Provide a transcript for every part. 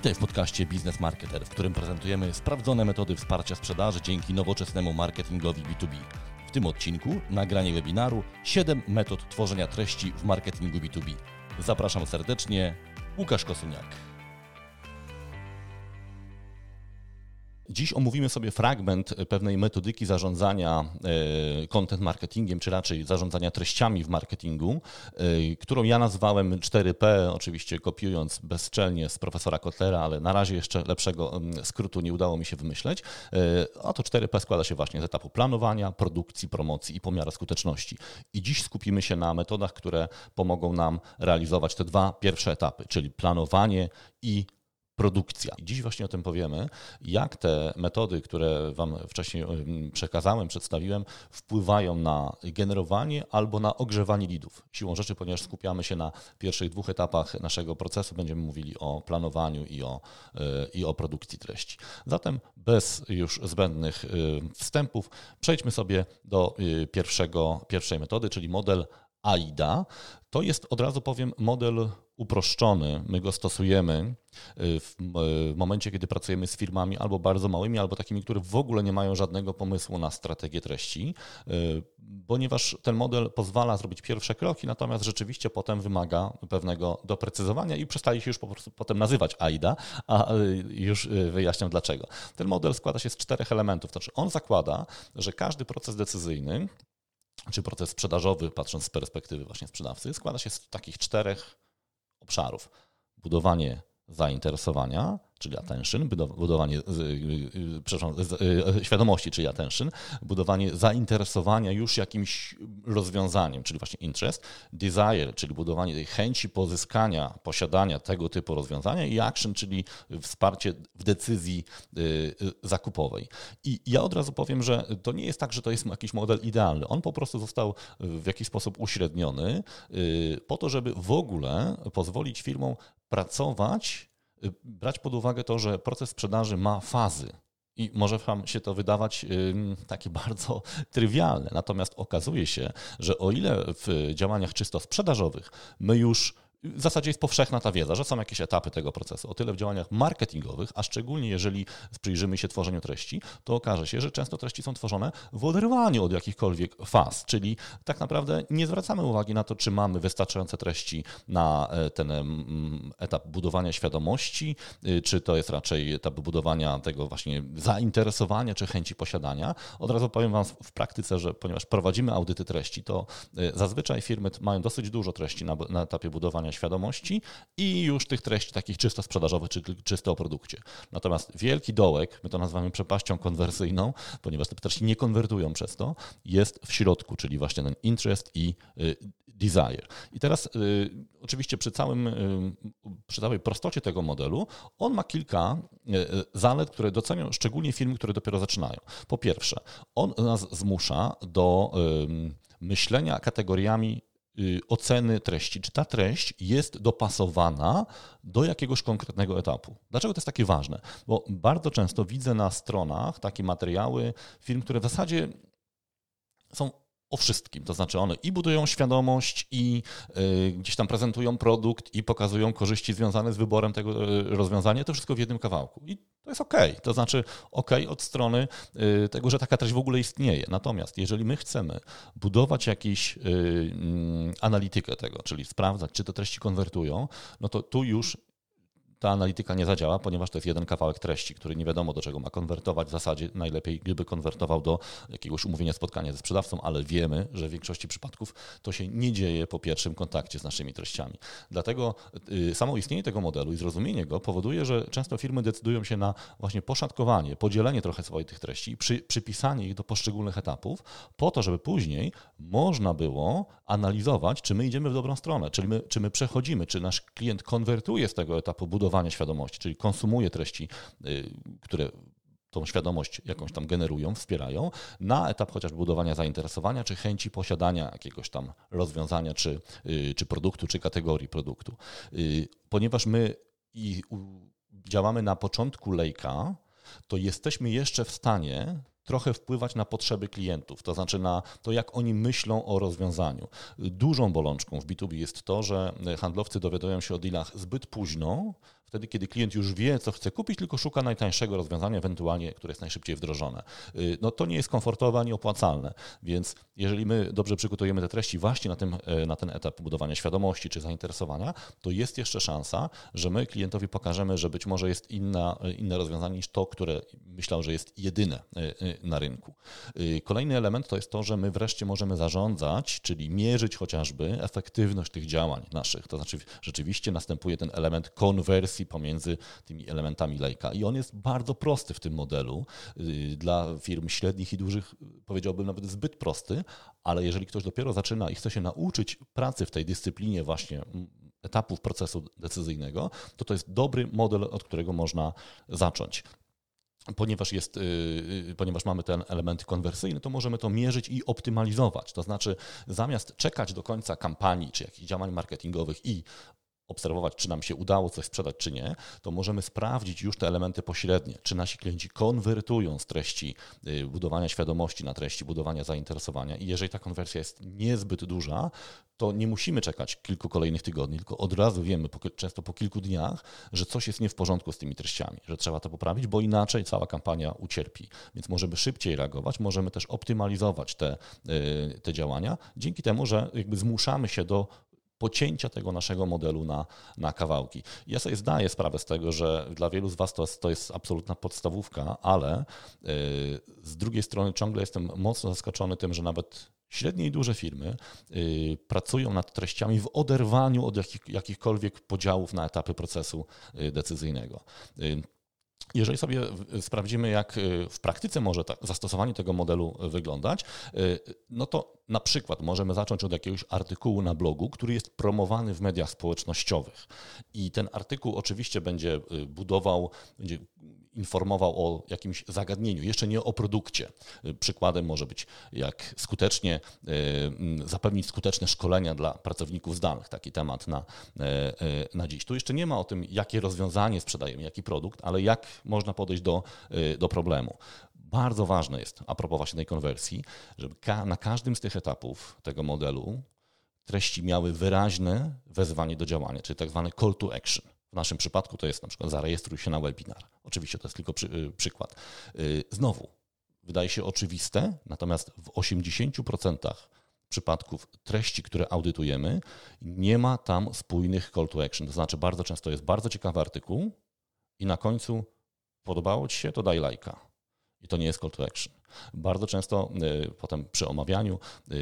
Witaj w podcaście Biznes Marketer, w którym prezentujemy sprawdzone metody wsparcia sprzedaży dzięki nowoczesnemu marketingowi B2B. W tym odcinku nagranie webinaru 7 metod tworzenia treści w marketingu B2B. Zapraszam serdecznie, Łukasz Kosyniak. Dziś omówimy sobie fragment pewnej metodyki zarządzania content marketingiem, czy raczej zarządzania treściami w marketingu, którą ja nazwałem 4P, oczywiście kopiując bezczelnie z profesora Kotlera, ale na razie jeszcze lepszego skrótu nie udało mi się wymyśleć. A to 4P składa się właśnie z etapu planowania, produkcji, promocji i pomiaru skuteczności. I dziś skupimy się na metodach, które pomogą nam realizować te dwa pierwsze etapy, czyli planowanie i produkcja. I dziś właśnie o tym powiemy, jak te metody, które Wam wcześniej przekazałem, przedstawiłem, wpływają na generowanie albo na ogrzewanie leadów. Siłą rzeczy, ponieważ skupiamy się na pierwszych dwóch etapach naszego procesu, będziemy mówili o planowaniu i o produkcji treści. Zatem bez już zbędnych wstępów przejdźmy sobie do pierwszej metody, czyli model AIDA. To jest, od razu powiem, model uproszczony. My go stosujemy w momencie, kiedy pracujemy z firmami albo bardzo małymi, albo takimi, które w ogóle nie mają żadnego pomysłu na strategię treści, ponieważ ten model pozwala zrobić pierwsze kroki, natomiast rzeczywiście potem wymaga pewnego doprecyzowania i przestaje się już po prostu potem nazywać AIDA, a już wyjaśniam dlaczego. Ten model składa się z 4 elementów. To znaczy on zakłada, że każdy proces decyzyjny czy proces sprzedażowy, patrząc z perspektywy właśnie sprzedawcy, składa się z takich 4 obszarów. Budowanie zainteresowania, czyli attention, budowanie świadomości, czyli attention, budowanie zainteresowania już jakimś rozwiązaniem, czyli właśnie interest, desire, czyli budowanie tej chęci pozyskania, posiadania tego typu rozwiązania i action, czyli wsparcie w decyzji zakupowej. I ja od razu powiem, że to nie jest tak, że to jest jakiś model idealny. On po prostu został w jakiś sposób uśredniony po to, żeby w ogóle pozwolić firmom pracować, brać pod uwagę to, że proces sprzedaży ma fazy i może Wam się to wydawać takie bardzo trywialne. Natomiast okazuje się, że o ile w działaniach czysto sprzedażowych my już w zasadzie jest powszechna ta wiedza, że są jakieś etapy tego procesu. O tyle w działaniach marketingowych, a szczególnie jeżeli przyjrzymy się tworzeniu treści, to okaże się, że często treści są tworzone w oderwaniu od jakichkolwiek faz, czyli tak naprawdę nie zwracamy uwagi na to, czy mamy wystarczające treści na ten etap budowania świadomości, czy to jest raczej etap budowania tego właśnie zainteresowania, czy chęci posiadania. Od razu powiem Wam w praktyce, że ponieważ prowadzimy audyty treści, to zazwyczaj firmy mają dosyć dużo treści na etapie budowania świadomości i już tych treści takich czysto sprzedażowych, czy czysto o produkcie. Natomiast wielki dołek, my to nazywamy przepaścią konwersyjną, ponieważ te treści nie konwertują przez to, jest w środku, czyli właśnie ten interest i desire. I teraz oczywiście przy całej prostocie tego modelu, on ma kilka zalet, które docenią szczególnie firmy, które dopiero zaczynają. Po pierwsze, on nas zmusza do myślenia kategoriami oceny treści, czy ta treść jest dopasowana do jakiegoś konkretnego etapu. Dlaczego to jest takie ważne? Bo bardzo często widzę na stronach takie materiały firm, które w zasadzie są o wszystkim, to znaczy one i budują świadomość, i gdzieś tam prezentują produkt, i pokazują korzyści związane z wyborem tego rozwiązania, to wszystko w jednym kawałku. I to jest okej. To znaczy okej od strony tego, że taka treść w ogóle istnieje. Natomiast jeżeli my chcemy budować jakąś analitykę tego, czyli sprawdzać, czy te treści konwertują, no to tu już ta analityka nie zadziała, ponieważ to jest jeden kawałek treści, który nie wiadomo do czego ma konwertować. W zasadzie najlepiej gdyby konwertował do jakiegoś umówienia spotkania ze sprzedawcą, ale wiemy, że w większości przypadków to się nie dzieje po pierwszym kontakcie z naszymi treściami. Dlatego samo istnienie tego modelu i zrozumienie go powoduje, że często firmy decydują się na właśnie poszatkowanie, podzielenie trochę swoich tych treści i przypisanie ich do poszczególnych etapów po to, żeby później można było analizować, czy my idziemy w dobrą stronę, czy my przechodzimy, czy nasz klient konwertuje z tego etapu budowania świadomości, czyli konsumuje treści, które tą świadomość jakąś tam generują, wspierają, na etap chociażby budowania zainteresowania, czy chęci posiadania jakiegoś tam rozwiązania, czy produktu, czy kategorii produktu. Ponieważ my działamy na początku lejka, to jesteśmy jeszcze w stanie trochę wpływać na potrzeby klientów, to znaczy na to, jak oni myślą o rozwiązaniu. Dużą bolączką w B2B jest to, że handlowcy dowiadują się o dealach zbyt późno, wtedy, kiedy klient już wie, co chce kupić, tylko szuka najtańszego rozwiązania, ewentualnie, które jest najszybciej wdrożone. No to nie jest komfortowe ani opłacalne, więc jeżeli my dobrze przygotujemy te treści właśnie na ten etap budowania świadomości czy zainteresowania, to jest jeszcze szansa, że my klientowi pokażemy, że być może jest inne rozwiązanie niż to, które myślał, że jest jedyne na rynku. Kolejny element to jest to, że my wreszcie możemy zarządzać, czyli mierzyć chociażby efektywność tych działań naszych. To znaczy rzeczywiście następuje ten element konwersji pomiędzy tymi elementami lejka i on jest bardzo prosty w tym modelu. Dla firm średnich i dużych powiedziałbym nawet zbyt prosty, ale jeżeli ktoś dopiero zaczyna i chce się nauczyć pracy w tej dyscyplinie właśnie etapów procesu decyzyjnego, to jest dobry model, od którego można zacząć. Ponieważ mamy ten element konwersyjny, to możemy to mierzyć i optymalizować. To znaczy zamiast czekać do końca kampanii czy jakichś działań marketingowych i obserwować, czy nam się udało coś sprzedać, czy nie, to możemy sprawdzić już te elementy pośrednie, czy nasi klienci konwertują z treści budowania świadomości na treści budowania zainteresowania i jeżeli ta konwersja jest niezbyt duża, to nie musimy czekać kilku kolejnych tygodni, tylko od razu wiemy, często po kilku dniach, że coś jest nie w porządku z tymi treściami, że trzeba to poprawić, bo inaczej cała kampania ucierpi. Więc możemy szybciej reagować, możemy też optymalizować te działania, dzięki temu, że jakby zmuszamy się do pocięcia tego naszego modelu na kawałki. Ja sobie zdaję sprawę z tego, że dla wielu z Was to jest absolutna podstawówka, ale z drugiej strony ciągle jestem mocno zaskoczony tym, że nawet średnie i duże firmy pracują nad treściami w oderwaniu od jakichkolwiek podziałów na etapy procesu decyzyjnego. Jeżeli sobie sprawdzimy, jak w praktyce może zastosowanie tego modelu wyglądać, no to na przykład możemy zacząć od jakiegoś artykułu na blogu, który jest promowany w mediach społecznościowych. I ten artykuł oczywiście będzie informował o jakimś zagadnieniu, jeszcze nie o produkcie. Przykładem może być, jak skutecznie zapewnić skuteczne szkolenia dla pracowników zdalnych. Taki temat na dziś. Tu jeszcze nie ma o tym, jakie rozwiązanie sprzedajemy, jaki produkt, ale jak można podejść do problemu. Bardzo ważne jest, a propos właśnie tej konwersji, żeby na każdym z tych etapów tego modelu treści miały wyraźne wezwanie do działania, czyli tak zwany call to action. W naszym przypadku to jest na przykład zarejestruj się na webinar. Oczywiście to jest tylko przykład. Znowu, wydaje się oczywiste, natomiast w 80% przypadków treści, które audytujemy, nie ma tam spójnych call to action. To znaczy bardzo często jest bardzo ciekawy artykuł i na końcu podobało Ci się, to daj lajka. I to nie jest call to action. Bardzo często potem przy omawianiu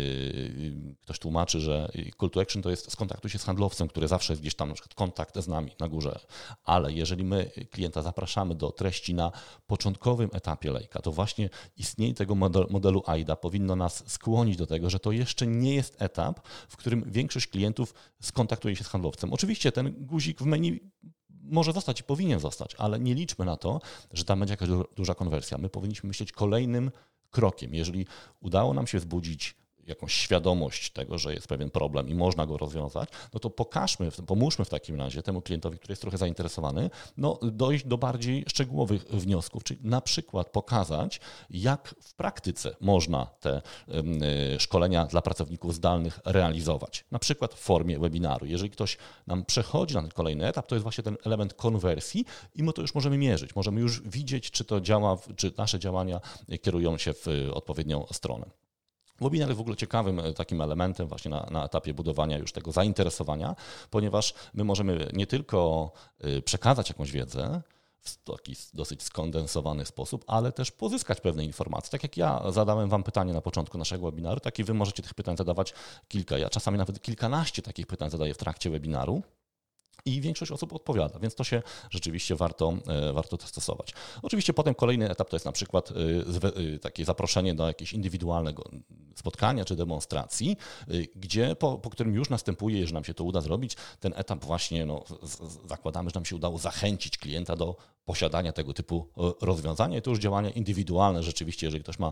ktoś tłumaczy, że call to action to jest skontaktuj się z handlowcem, który zawsze jest gdzieś tam na przykład kontakt z nami na górze. Ale jeżeli my klienta zapraszamy do treści na początkowym etapie lejka, to właśnie istnienie tego modelu AIDA powinno nas skłonić do tego, że to jeszcze nie jest etap, w którym większość klientów skontaktuje się z handlowcem. Oczywiście ten guzik w menu może zostać i powinien zostać, ale nie liczmy na to, że tam będzie jakaś duża konwersja. My powinniśmy myśleć kolejnym krokiem. Jeżeli udało nam się wzbudzić jakąś świadomość tego, że jest pewien problem i można go rozwiązać, no to pomóżmy w takim razie temu klientowi, który jest trochę zainteresowany, dojść do bardziej szczegółowych wniosków, czyli na przykład pokazać, jak w praktyce można te szkolenia dla pracowników zdalnych realizować. Na przykład w formie webinaru. Jeżeli ktoś nam przechodzi na ten kolejny etap, to jest właśnie ten element konwersji i my to już możemy mierzyć. Możemy już widzieć, czy to działa, czy nasze działania kierują się w odpowiednią stronę. Webinar jest w ogóle ciekawym takim elementem właśnie na etapie budowania już tego zainteresowania, ponieważ my możemy nie tylko przekazać jakąś wiedzę w taki dosyć skondensowany sposób, ale też pozyskać pewne informacje. Tak jak ja zadałem Wam pytanie na początku naszego webinaru, tak i Wy możecie tych pytań zadawać kilka. Ja czasami nawet kilkanaście takich pytań zadaję w trakcie webinaru. I większość osób odpowiada, więc to się rzeczywiście warto to stosować. Oczywiście potem kolejny etap to jest na przykład takie zaproszenie do jakiegoś indywidualnego spotkania czy demonstracji, gdzie po którym już następuje, jeżeli nam się to uda zrobić, ten etap właśnie, zakładamy, że nam się udało zachęcić klienta do posiadania tego typu rozwiązania i to już działania indywidualne rzeczywiście, jeżeli ktoś ma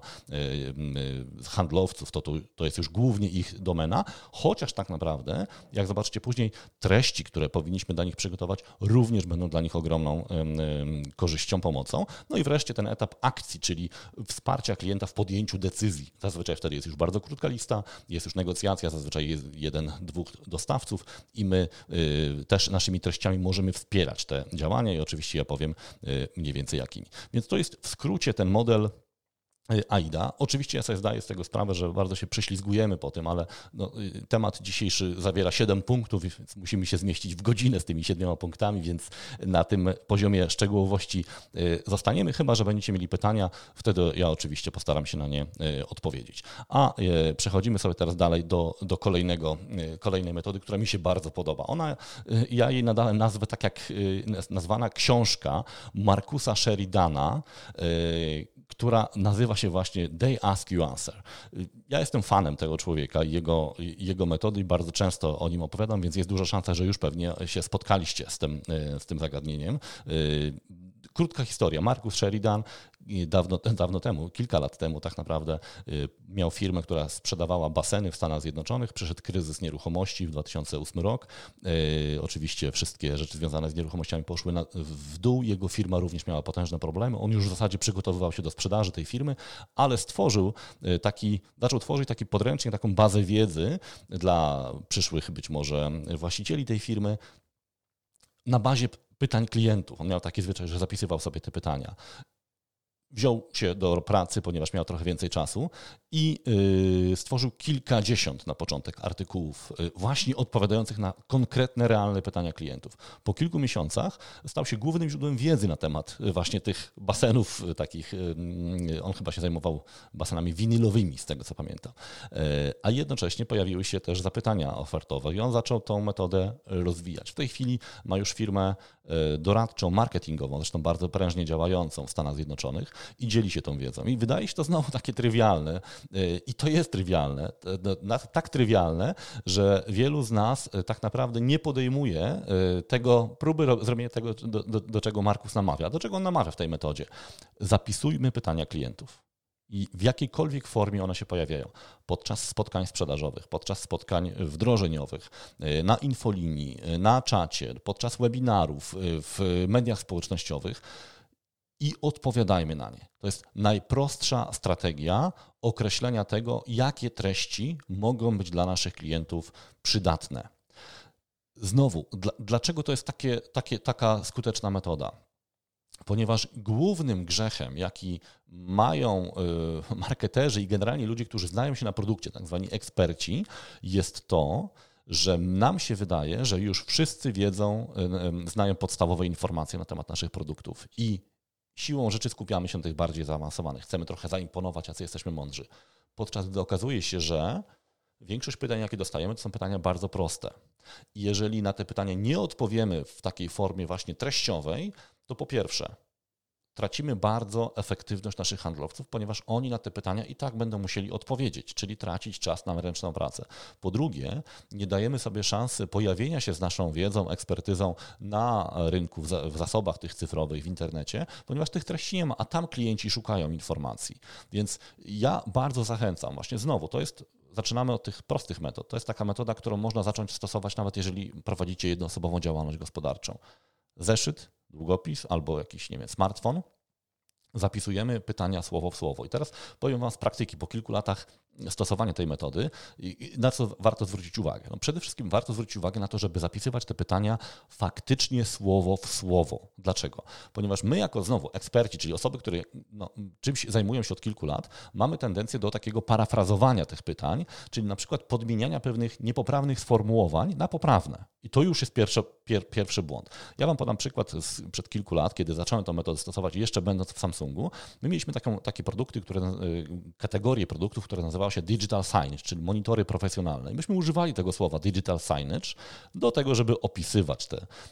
handlowców, to jest już głównie ich domena, chociaż tak naprawdę, jak zobaczycie później, treści, które powinniśmy powinniśmy dla nich przygotować, również będą dla nich ogromną korzyścią, pomocą. No i wreszcie ten etap akcji, czyli wsparcia klienta w podjęciu decyzji. Zazwyczaj wtedy jest już bardzo krótka lista, jest już negocjacja, zazwyczaj jest 1-2 dostawców i my też naszymi treściami możemy wspierać te działania i oczywiście ja powiem mniej więcej jakimi. Więc to jest w skrócie ten model AIDA. Oczywiście ja sobie zdaję z tego sprawę, że bardzo się prześlizgujemy po tym, ale no, temat dzisiejszy zawiera 7 punktów, więc musimy się zmieścić w godzinę z tymi 7 punktami, więc na tym poziomie szczegółowości zostaniemy, chyba że będziecie mieli pytania, wtedy ja oczywiście postaram się na nie odpowiedzieć. A przechodzimy sobie teraz dalej do kolejnej metody, która mi się bardzo podoba. Ja jej nadałem nazwę tak jak nazwana książka Marcusa Sheridana, która nazywa się właśnie They Ask You Answer. Ja jestem fanem tego człowieka i jego metody i bardzo często o nim opowiadam, więc jest duża szansa, że już pewnie się spotkaliście z tym zagadnieniem. Krótka historia. Marcus Sheridan dawno temu, kilka lat temu tak naprawdę miał firmę, która sprzedawała baseny w Stanach Zjednoczonych. Przyszedł kryzys nieruchomości w 2008 rok. Oczywiście wszystkie rzeczy związane z nieruchomościami poszły w dół. Jego firma również miała potężne problemy. On już w zasadzie przygotowywał się do sprzedaży tej firmy, ale zaczął tworzyć taki podręcznik, taką bazę wiedzy dla przyszłych być może właścicieli tej firmy na bazie pytań klientów. On miał taki zwyczaj, że zapisywał sobie te pytania. Wziął się do pracy, ponieważ miał trochę więcej czasu i stworzył kilkadziesiąt na początek artykułów właśnie odpowiadających na konkretne, realne pytania klientów. Po kilku miesiącach stał się głównym źródłem wiedzy na temat właśnie tych basenów takich. On chyba się zajmował basenami winylowymi, z tego co pamiętam. A jednocześnie pojawiły się też zapytania ofertowe i on zaczął tą metodę rozwijać. W tej chwili ma już firmę doradczą, marketingową, zresztą bardzo prężnie działającą w Stanach Zjednoczonych i dzieli się tą wiedzą. I wydaje się to znowu takie trywialne i to jest trywialne, tak trywialne, że wielu z nas tak naprawdę nie podejmuje próby zrobienia tego, do czego Marcus namawia. Do czego on namawia w tej metodzie? Zapisujmy pytania klientów. I w jakiejkolwiek formie one się pojawiają. Podczas spotkań sprzedażowych, podczas spotkań wdrożeniowych, na infolinii, na czacie, podczas webinarów, w mediach społecznościowych i odpowiadajmy na nie. To jest najprostsza strategia określenia tego, jakie treści mogą być dla naszych klientów przydatne. Znowu, dlaczego to jest taka skuteczna metoda? Ponieważ głównym grzechem, jaki mają marketerzy i generalnie ludzie, którzy znają się na produkcie, tak zwani eksperci, jest to, że nam się wydaje, że już wszyscy znają podstawowe informacje na temat naszych produktów i siłą rzeczy skupiamy się na tych bardziej zaawansowanych. Chcemy trochę zaimponować, jacy jesteśmy mądrzy. Podczas gdy okazuje się, że większość pytań, jakie dostajemy, to są pytania bardzo proste. I jeżeli na te pytania nie odpowiemy w takiej formie właśnie treściowej, to po pierwsze tracimy bardzo efektywność naszych handlowców, ponieważ oni na te pytania i tak będą musieli odpowiedzieć, czyli tracić czas na ręczną pracę. Po drugie, nie dajemy sobie szansy pojawienia się z naszą wiedzą, ekspertyzą na rynku, w zasobach tych cyfrowych, w internecie, ponieważ tych treści nie ma, a tam klienci szukają informacji. Więc ja bardzo zachęcam, właśnie znowu, zaczynamy od tych prostych metod. To jest taka metoda, którą można zacząć stosować nawet jeżeli prowadzicie jednoosobową działalność gospodarczą. Zeszyt, długopis albo jakiś, smartfon. Zapisujemy pytania słowo w słowo. I teraz powiem Wam z praktyki, po kilku latach stosowania tej metody, na co warto zwrócić uwagę. Przede wszystkim warto zwrócić uwagę na to, żeby zapisywać te pytania faktycznie słowo w słowo. Dlaczego? Ponieważ my jako znowu eksperci, czyli osoby, które czymś zajmują się od kilku lat, mamy tendencję do takiego parafrazowania tych pytań, czyli na przykład podmieniania pewnych niepoprawnych sformułowań na poprawne. I to już jest pierwszy błąd. Ja Wam podam przykład sprzed kilku lat, kiedy zacząłem tę metodę stosować, jeszcze będąc w Samsungu. My mieliśmy takie produkty, kategorie produktów, które nazywały się digital signage, czyli monitory profesjonalne. I myśmy używali tego słowa digital signage do tego, żeby opisywać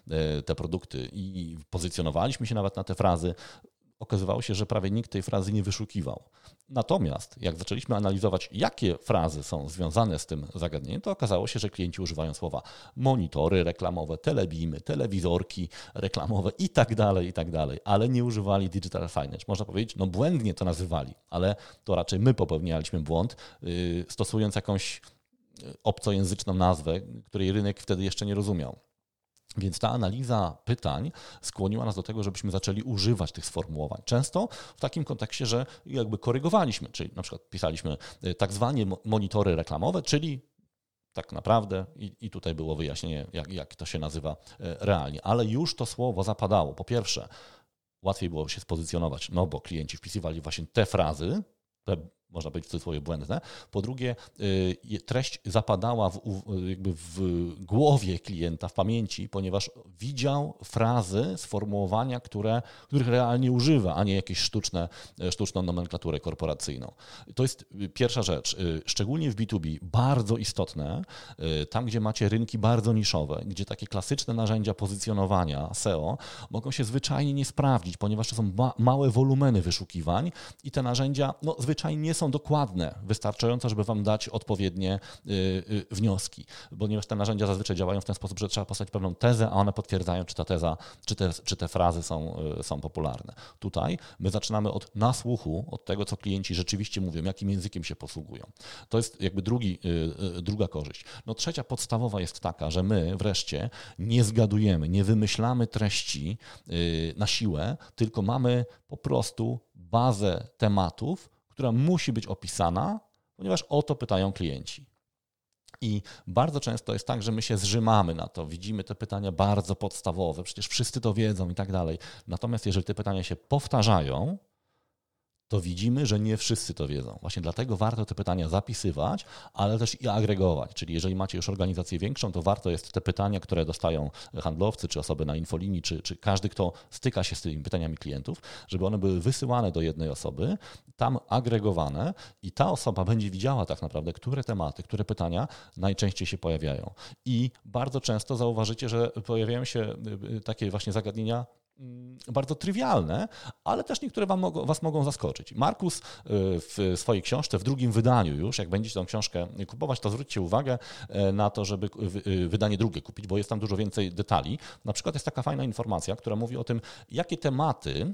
te produkty i pozycjonowaliśmy się nawet na te frazy. Okazywało się, że prawie nikt tej frazy nie wyszukiwał. Natomiast jak zaczęliśmy analizować, jakie frazy są związane z tym zagadnieniem, to okazało się, że klienci używają słowa monitory reklamowe, telebimy, telewizorki reklamowe i tak dalej, ale nie używali digital signage. Można powiedzieć, błędnie to nazywali, ale to raczej my popełnialiśmy błąd, stosując jakąś obcojęzyczną nazwę, której rynek wtedy jeszcze nie rozumiał. Więc ta analiza pytań skłoniła nas do tego, żebyśmy zaczęli używać tych sformułowań. Często w takim kontekście, że jakby korygowaliśmy, czyli na przykład pisaliśmy tak zwane monitory reklamowe, czyli tak naprawdę, i tutaj było wyjaśnienie, jak to się nazywa realnie, ale już to słowo zapadało. Po pierwsze, łatwiej było się spozycjonować, no bo klienci wpisywali właśnie te frazy, te można powiedzieć w cudzysłowie błędne. Po drugie, treść zapadała jakby w głowie klienta, w pamięci, ponieważ widział frazy, sformułowania, których realnie używa, a nie jakieś sztuczną nomenklaturę korporacyjną. To jest pierwsza rzecz. Szczególnie w B2B bardzo istotne, tam gdzie macie rynki bardzo niszowe, gdzie takie klasyczne narzędzia pozycjonowania SEO mogą się zwyczajnie nie sprawdzić, ponieważ to są małe wolumeny wyszukiwań i te narzędzia zwyczajnie nie są dokładne, wystarczająco, żeby wam dać odpowiednie wnioski, ponieważ te narzędzia zazwyczaj działają w ten sposób, że trzeba postawić pewną tezę, a one potwierdzają, czy ta teza, czy te frazy są popularne. Tutaj my zaczynamy od nasłuchu, od tego, co klienci rzeczywiście mówią, jakim językiem się posługują. To jest jakby druga korzyść. No trzecia podstawowa jest taka, że my wreszcie nie zgadujemy, nie wymyślamy treści na siłę, tylko mamy po prostu bazę tematów, która musi być opisana, ponieważ o to pytają klienci. I bardzo często jest tak, że my się zrzymamy na to, widzimy te pytania bardzo podstawowe, przecież wszyscy to wiedzą i tak dalej. Natomiast jeżeli te pytania się powtarzają, to widzimy, że nie wszyscy to wiedzą. Właśnie dlatego warto te pytania zapisywać, ale też i agregować. Czyli jeżeli macie już organizację większą, to warto jest te pytania, które dostają handlowcy, czy osoby na infolinii, czy każdy, kto styka się z tymi pytaniami klientów, żeby one były wysyłane do jednej osoby, tam agregowane i ta osoba będzie widziała tak naprawdę, które tematy, które pytania najczęściej się pojawiają. I bardzo często zauważycie, że pojawiają się takie właśnie zagadnienia bardzo trywialne, ale też niektóre was mogą zaskoczyć. Markus w swojej książce, w drugim wydaniu już, jak będziecie tą książkę kupować, to zwróćcie uwagę na to, żeby wydanie drugie kupić, bo jest tam dużo więcej detali. Na przykład jest taka fajna informacja, która mówi o tym, jakie tematy,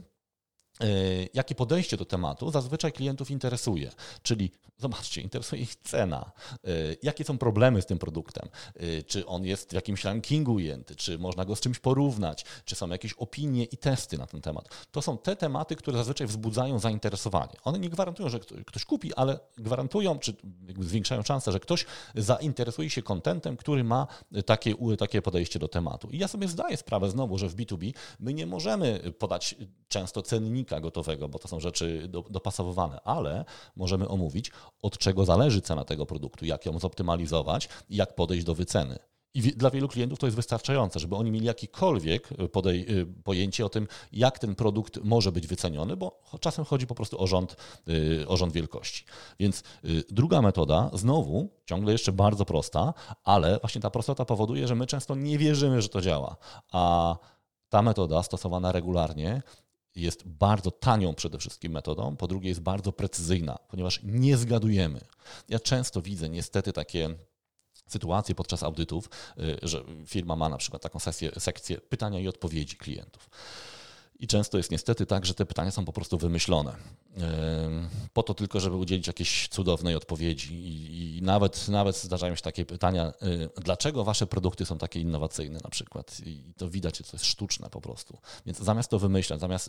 jakie podejście do tematu zazwyczaj klientów interesuje. Czyli zobaczcie, interesuje ich cena, jakie są problemy z tym produktem, czy on jest w jakimś rankingu ujęty, czy można go z czymś porównać, czy są jakieś opinie i testy na ten temat. To są te tematy, które zazwyczaj wzbudzają zainteresowanie. One nie gwarantują, że ktoś kupi, ale gwarantują, czy jakby zwiększają szansę, że ktoś zainteresuje się contentem, który ma takie podejście do tematu. I ja sobie zdaję sprawę znowu, że w B2B my nie możemy podać często cennika gotowego, bo to są rzeczy dopasowywane, ale możemy omówić, od czego zależy cena tego produktu, jak ją zoptymalizować i jak podejść do wyceny. I dla wielu klientów to jest wystarczające, żeby oni mieli jakiekolwiek pojęcie o tym, jak ten produkt może być wyceniony, bo czasem chodzi po prostu o rząd wielkości. Więc druga metoda, znowu, ciągle jeszcze bardzo prosta, ale właśnie ta prostota powoduje, że my często nie wierzymy, że to działa. A ta metoda stosowana regularnie jest bardzo tanią przede wszystkim metodą, po drugie jest bardzo precyzyjna, ponieważ nie zgadujemy. Ja często widzę niestety takie sytuacje podczas audytów, że firma ma na przykład taką sekcję pytania i odpowiedzi klientów. I często jest niestety tak, że te pytania są po prostu wymyślone. Po to tylko, żeby udzielić jakiejś cudownej odpowiedzi. I nawet zdarzają się takie pytania, dlaczego wasze produkty są takie innowacyjne na przykład. I to widać, że to jest sztuczne po prostu. Więc zamiast to wymyślać, zamiast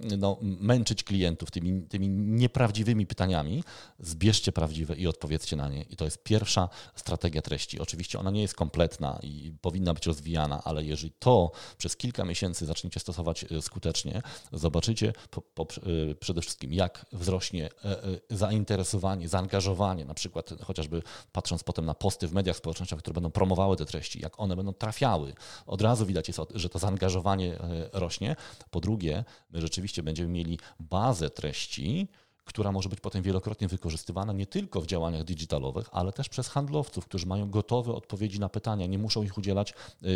męczyć klientów tymi nieprawdziwymi pytaniami, zbierzcie prawdziwe i odpowiedzcie na nie. I to jest pierwsza strategia treści. Oczywiście ona nie jest kompletna i powinna być rozwijana, ale jeżeli to przez kilka miesięcy zaczniecie stosować skutecznie, zobaczycie przede wszystkim, jak wzrośnie zainteresowanie, zaangażowanie, na przykład chociażby patrząc potem na posty w mediach społecznościowych, które będą promowały te treści, jak one będą trafiały. Od razu widać, że to zaangażowanie rośnie. Po drugie, my rzeczywiście będziemy mieli bazę treści, która może być potem wielokrotnie wykorzystywana nie tylko w działaniach digitalowych, ale też przez handlowców, którzy mają gotowe odpowiedzi na pytania, nie muszą ich udzielać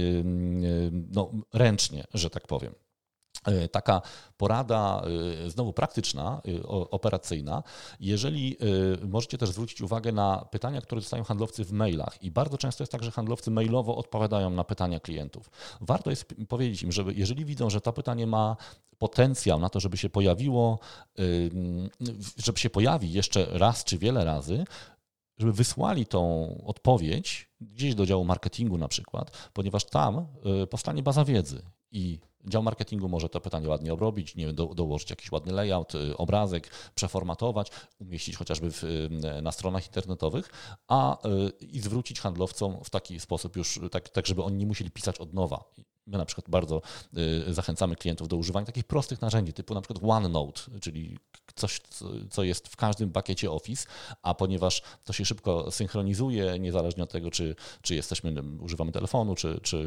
ręcznie, że tak powiem. Taka porada znowu praktyczna, operacyjna, jeżeli możecie też zwrócić uwagę na pytania, które dostają handlowcy w mailach i bardzo często jest tak, że handlowcy mailowo odpowiadają na pytania klientów. Warto jest powiedzieć im, żeby jeżeli widzą, że to pytanie ma potencjał na to, żeby się pojawi jeszcze raz czy wiele razy, żeby wysłali tą odpowiedź gdzieś do działu marketingu na przykład, ponieważ tam powstanie baza wiedzy i dział marketingu może to pytanie ładnie obrobić, nie wiem, dołożyć jakiś ładny layout, obrazek, przeformatować, umieścić chociażby na stronach internetowych, i zwrócić handlowcom w taki sposób już, tak żeby oni nie musieli pisać od nowa. My na przykład bardzo zachęcamy klientów do używania takich prostych narzędzi, typu na przykład OneNote, czyli coś, co jest w każdym pakiecie Office, a ponieważ to się szybko synchronizuje, niezależnie od tego, czy używamy telefonu, czy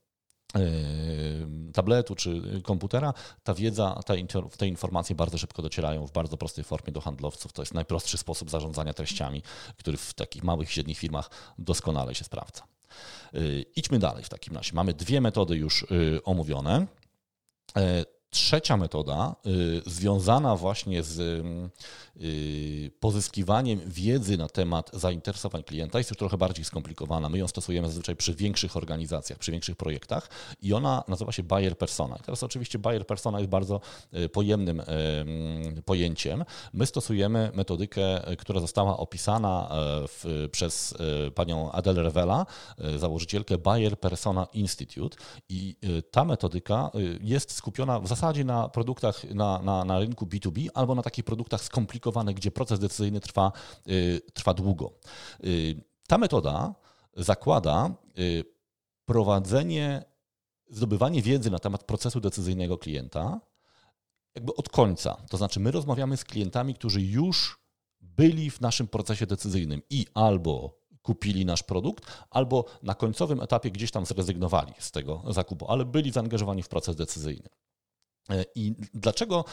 tabletu czy komputera, ta wiedza, te informacje bardzo szybko docierają w bardzo prostej formie do handlowców. To jest najprostszy sposób zarządzania treściami, który w takich małych i średnich firmach doskonale się sprawdza. Idźmy dalej w takim razie. Mamy 2 metody już omówione. Trzecia metoda, związana właśnie z pozyskiwaniem wiedzy na temat zainteresowań klienta, jest już trochę bardziej skomplikowana. My ją stosujemy zazwyczaj przy większych organizacjach, przy większych projektach i ona nazywa się buyer persona. I teraz oczywiście buyer persona jest bardzo pojemnym pojęciem. My stosujemy metodykę, która została opisana przez panią Adele Revela, założycielkę Buyer Persona Institute, i ta metodyka jest skupiona w zasadzie na produktach na rynku B2B albo na takich produktach skomplikowanych, gdzie proces decyzyjny trwa długo. Ta metoda zakłada zdobywanie wiedzy na temat procesu decyzyjnego klienta jakby od końca. To znaczy my rozmawiamy z klientami, którzy już byli w naszym procesie decyzyjnym i albo kupili nasz produkt, albo na końcowym etapie gdzieś tam zrezygnowali z tego zakupu, ale byli zaangażowani w proces decyzyjny. I dlaczego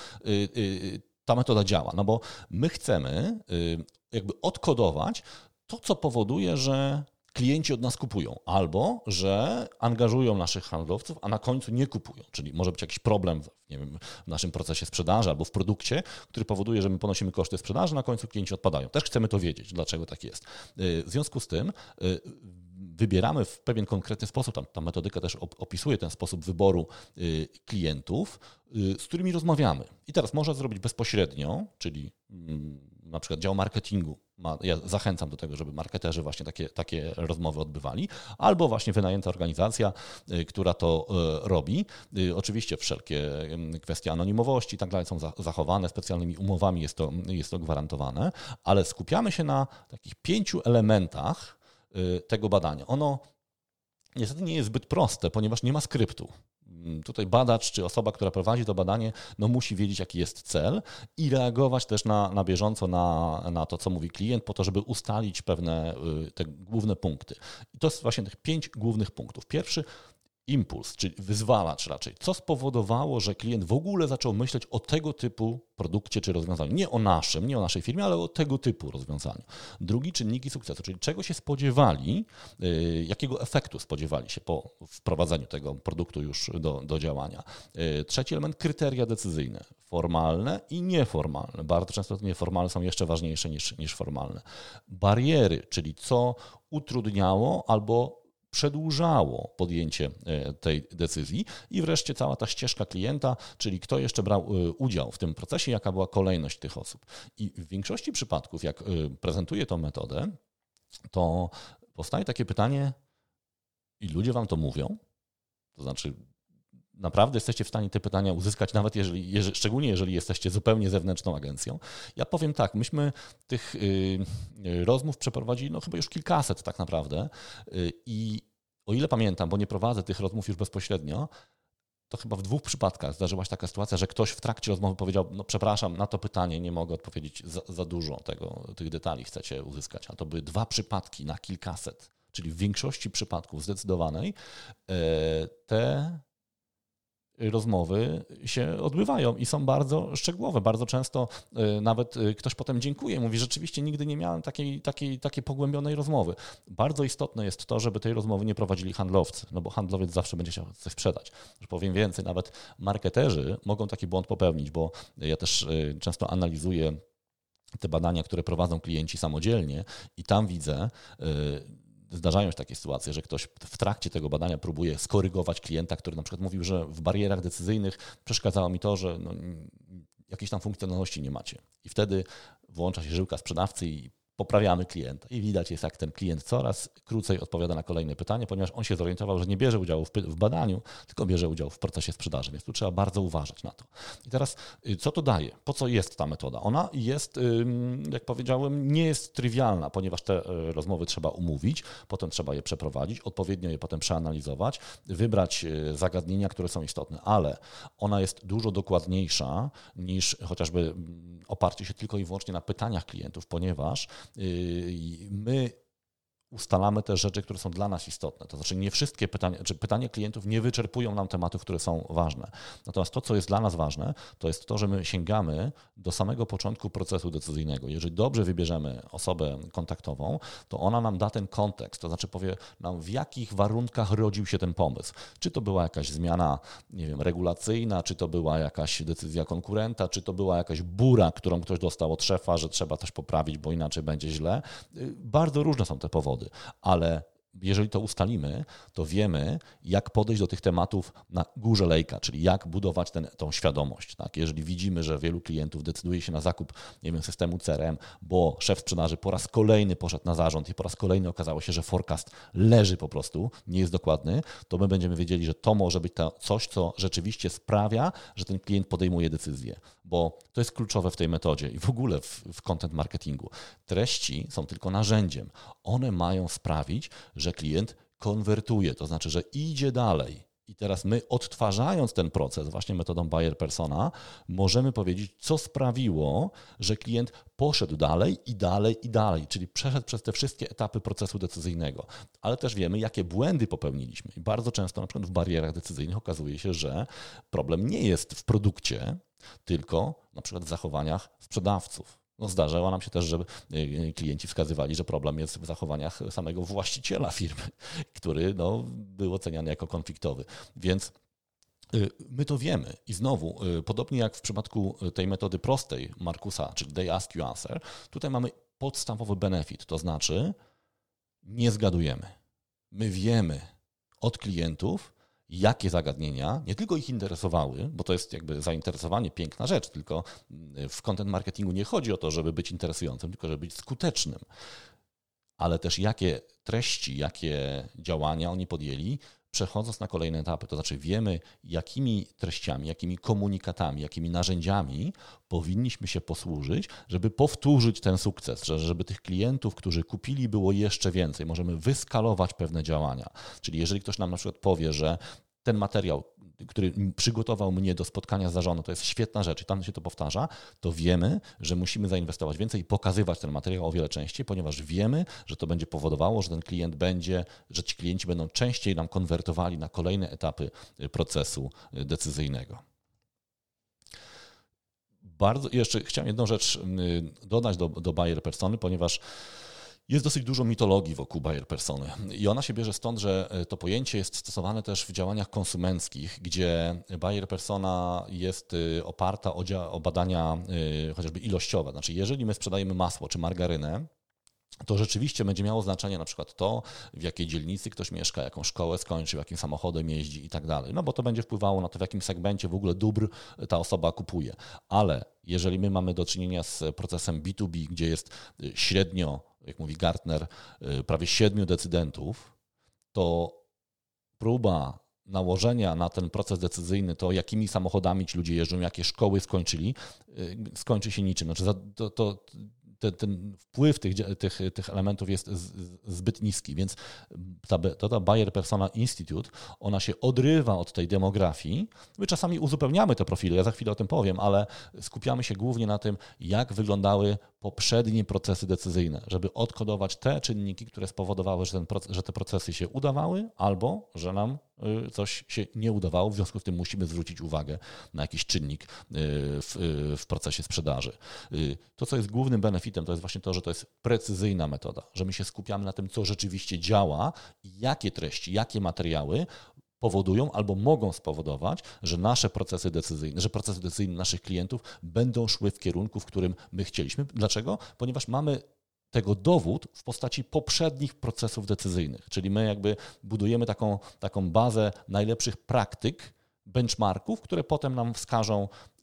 ta metoda działa? No bo my chcemy jakby odkodować to, co powoduje, że klienci od nas kupują, albo że angażują naszych handlowców, a na końcu nie kupują. Czyli może być jakiś problem w naszym procesie sprzedaży albo w produkcie, który powoduje, że my ponosimy koszty sprzedaży, na końcu klienci odpadają. Też chcemy to wiedzieć, dlaczego tak jest. W związku z tym wybieramy w pewien konkretny sposób, ta metodyka też opisuje ten sposób wyboru klientów, z którymi rozmawiamy. I teraz można zrobić bezpośrednio, czyli na przykład dział marketingu. Ja zachęcam do tego, żeby marketerzy właśnie takie rozmowy odbywali, albo właśnie wynajęta organizacja, która to robi. Oczywiście wszelkie kwestie anonimowości i tak dalej są zachowane, specjalnymi umowami jest to gwarantowane, ale skupiamy się na takich 5 elementach tego badania. Ono niestety nie jest zbyt proste, ponieważ nie ma skryptu. Tutaj badacz czy osoba, która prowadzi to badanie, musi wiedzieć, jaki jest cel i reagować też na bieżąco na to, co mówi klient, po to, żeby ustalić pewne te główne punkty. I to jest właśnie tych 5 głównych punktów. Pierwszy, impuls, czyli wyzwalacz raczej. Co spowodowało, że klient w ogóle zaczął myśleć o tego typu produkcie czy rozwiązaniu? Nie o naszej firmie, ale o tego typu rozwiązaniu. Drugi, czynniki sukcesu, czyli czego się spodziewali, jakiego efektu spodziewali się po wprowadzeniu tego produktu już do działania. Trzeci element, kryteria decyzyjne, formalne i nieformalne. Bardzo często te nieformalne są jeszcze ważniejsze niż formalne. Bariery, czyli co utrudniało albo przedłużało podjęcie tej decyzji i wreszcie cała ta ścieżka klienta, czyli kto jeszcze brał udział w tym procesie, jaka była kolejność tych osób. I w większości przypadków, jak prezentuję tą metodę, to powstaje takie pytanie, i ludzie wam to mówią? To znaczy, naprawdę jesteście w stanie te pytania uzyskać, nawet szczególnie jeżeli jesteście zupełnie zewnętrzną agencją. Ja powiem tak, myśmy tych rozmów przeprowadzili chyba już kilkaset tak naprawdę i o ile pamiętam, bo nie prowadzę tych rozmów już bezpośrednio, to chyba w 2 przypadkach zdarzyła się taka sytuacja, że ktoś w trakcie rozmowy powiedział, przepraszam, na to pytanie nie mogę odpowiedzieć, za dużo tych detali chcecie uzyskać. A to były 2 przypadki na kilkaset, czyli w większości przypadków zdecydowanej te rozmowy się odbywają i są bardzo szczegółowe. Bardzo często nawet ktoś potem dziękuje, mówi, rzeczywiście nigdy nie miałem takiej pogłębionej rozmowy. Bardzo istotne jest to, żeby tej rozmowy nie prowadzili handlowcy, bo handlowiec zawsze będzie chciał coś sprzedać. Już powiem więcej, nawet marketerzy mogą taki błąd popełnić, bo ja też często analizuję te badania, które prowadzą klienci samodzielnie i tam widzę, zdarzają się takie sytuacje, że ktoś w trakcie tego badania próbuje skorygować klienta, który na przykład mówił, że w barierach decyzyjnych przeszkadzało mi to, że jakiejś tam funkcjonalności nie macie. I wtedy włącza się żyłka sprzedawcy i poprawiamy klienta i widać jest, jak ten klient coraz krócej odpowiada na kolejne pytanie, ponieważ on się zorientował, że nie bierze udziału w badaniu, tylko bierze udział w procesie sprzedaży, więc tu trzeba bardzo uważać na to. I teraz, co to daje? Po co jest ta metoda? Ona jest, jak powiedziałem, nie jest trywialna, ponieważ te rozmowy trzeba umówić, potem trzeba je przeprowadzić, odpowiednio je potem przeanalizować, wybrać zagadnienia, które są istotne, ale ona jest dużo dokładniejsza niż chociażby oparcie się tylko i wyłącznie na pytaniach klientów, ponieważ my ustalamy te rzeczy, które są dla nas istotne. To znaczy nie wszystkie pytania klientów nie wyczerpują nam tematów, które są ważne. Natomiast to, co jest dla nas ważne, to jest to, że my sięgamy do samego początku procesu decyzyjnego. Jeżeli dobrze wybierzemy osobę kontaktową, to ona nam da ten kontekst, to znaczy powie nam, w jakich warunkach rodził się ten pomysł. Czy to była jakaś zmiana, nie wiem, regulacyjna, czy to była jakaś decyzja konkurenta, czy to była jakaś bura, którą ktoś dostał od szefa, że trzeba coś poprawić, bo inaczej będzie źle. Bardzo różne są te powody. Ale jeżeli to ustalimy, to wiemy, jak podejść do tych tematów na górze lejka, czyli jak budować tą świadomość. Tak? Jeżeli widzimy, że wielu klientów decyduje się na zakup, nie wiem, systemu CRM, bo szef sprzedaży po raz kolejny poszedł na zarząd i po raz kolejny okazało się, że forecast leży po prostu, nie jest dokładny, to my będziemy wiedzieli, że to może być coś, co rzeczywiście sprawia, że ten klient podejmuje decyzję, bo to jest kluczowe w tej metodzie i w ogóle w content marketingu. Treści są tylko narzędziem. One mają sprawić, że klient konwertuje, to znaczy, że idzie dalej. I teraz my, odtwarzając ten proces właśnie metodą buyer persona, możemy powiedzieć, co sprawiło, że klient poszedł dalej i dalej i dalej, czyli przeszedł przez te wszystkie etapy procesu decyzyjnego. Ale też wiemy, jakie błędy popełniliśmy. I bardzo często na przykład w barierach decyzyjnych okazuje się, że problem nie jest w produkcie, tylko na przykład w zachowaniach sprzedawców. No zdarzało nam się też, że klienci wskazywali, że problem jest w zachowaniach samego właściciela firmy, który był oceniany jako konfliktowy. Więc my to wiemy i znowu, podobnie jak w przypadku tej metody prostej Markusa, czyli They Ask You Answer, tutaj mamy podstawowy benefit, to znaczy nie zgadujemy. My wiemy od klientów, jakie zagadnienia nie tylko ich interesowały, bo to jest jakby zainteresowanie piękna rzecz, tylko w content marketingu nie chodzi o to, żeby być interesującym, tylko żeby być skutecznym, ale też jakie treści, jakie działania oni podjęli, przechodząc na kolejne etapy. To znaczy wiemy, jakimi treściami, jakimi komunikatami, jakimi narzędziami powinniśmy się posłużyć, żeby powtórzyć ten sukces, żeby tych klientów, którzy kupili, było jeszcze więcej. Możemy wyskalować pewne działania. Czyli jeżeli ktoś nam na przykład powie, że ten materiał, który przygotował mnie do spotkania z zarządem, to jest świetna rzecz i tam się to powtarza, to wiemy, że musimy zainwestować więcej i pokazywać ten materiał o wiele częściej, ponieważ wiemy, że to będzie powodowało, że ten klient że ci klienci będą częściej nam konwertowali na kolejne etapy procesu decyzyjnego. Jeszcze chciałem jedną rzecz dodać do buyer persony, ponieważ jest dosyć dużo mitologii wokół buyer persony i ona się bierze stąd, że to pojęcie jest stosowane też w działaniach konsumenckich, gdzie buyer persona jest oparta o badania chociażby ilościowe. Znaczy, jeżeli my sprzedajemy masło czy margarynę, to rzeczywiście będzie miało znaczenie na przykład to, w jakiej dzielnicy ktoś mieszka, jaką szkołę skończył, jakim samochodem jeździ i tak dalej. No bo to będzie wpływało na to, w jakim segmencie w ogóle dóbr ta osoba kupuje. Ale jeżeli my mamy do czynienia z procesem B2B, gdzie jest średnio, jak mówi Gartner, prawie 7 decydentów, to próba nałożenia na ten proces decyzyjny, to jakimi samochodami ci ludzie jeżdżą, jakie szkoły skończyli, skończy się niczym. Znaczy ten wpływ tych elementów jest zbyt niski, więc ta Buyer Persona Institute, ona się odrywa od tej demografii. My czasami uzupełniamy te profile, ja za chwilę o tym powiem, ale skupiamy się głównie na tym, jak wyglądały poprzednie procesy decyzyjne, żeby odkodować te czynniki, które spowodowały, że te procesy się udawały albo, że coś się nie udawało, w związku z tym musimy zwrócić uwagę na jakiś czynnik w procesie sprzedaży. To, co jest głównym benefitem, to jest właśnie to, że to jest precyzyjna metoda, że my się skupiamy na tym, co rzeczywiście działa i jakie treści, jakie materiały powodują albo mogą spowodować, że procesy decyzyjne naszych klientów będą szły w kierunku, w którym my chcieliśmy. Dlaczego? Ponieważ mamy tego dowód w postaci poprzednich procesów decyzyjnych, czyli my jakby budujemy taką bazę najlepszych praktyk, benchmarków, które potem nam wskażą,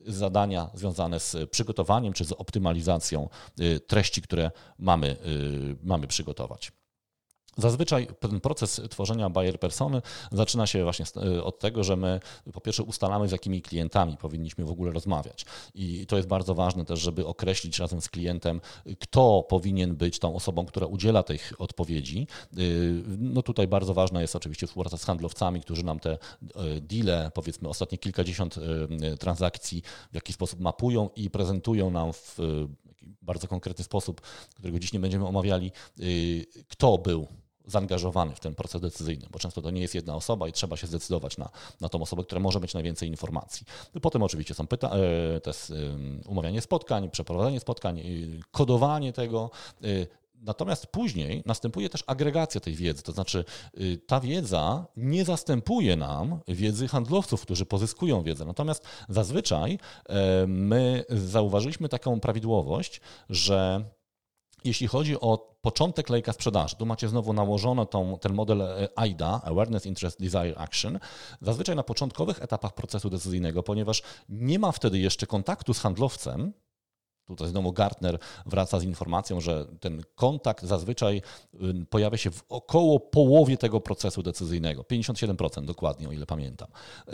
zadania związane z przygotowaniem czy z optymalizacją treści, które mamy przygotować. Zazwyczaj ten proces tworzenia buyer persony zaczyna się właśnie od tego, że my po pierwsze ustalamy, z jakimi klientami powinniśmy w ogóle rozmawiać. I to jest bardzo ważne też, żeby określić razem z klientem, kto powinien być tą osobą, która udziela tych odpowiedzi. No tutaj bardzo ważna jest oczywiście współpraca z handlowcami, którzy nam te deale, powiedzmy ostatnie kilkadziesiąt transakcji w jakiś sposób mapują i prezentują nam w bardzo konkretny sposób, którego dziś nie będziemy omawiali, kto był zaangażowany w ten proces decyzyjny, bo często to nie jest jedna osoba i trzeba się zdecydować na tą osobę, która może mieć najwięcej informacji. Potem oczywiście są umawianie spotkań, przeprowadzanie spotkań, kodowanie tego. Natomiast później następuje też agregacja tej wiedzy, to znaczy ta wiedza nie zastępuje nam wiedzy handlowców, którzy pozyskują wiedzę. Natomiast zazwyczaj my zauważyliśmy taką prawidłowość, że jeśli chodzi o początek lejka sprzedaży, tu macie znowu nałożony ten model AIDA, Awareness, Interest, Desire, Action, zazwyczaj na początkowych etapach procesu decyzyjnego, ponieważ nie ma wtedy jeszcze kontaktu z handlowcem. Tutaj znowu Gartner wraca z informacją, że ten kontakt zazwyczaj pojawia się w około połowie tego procesu decyzyjnego, 57% dokładnie, o ile pamiętam.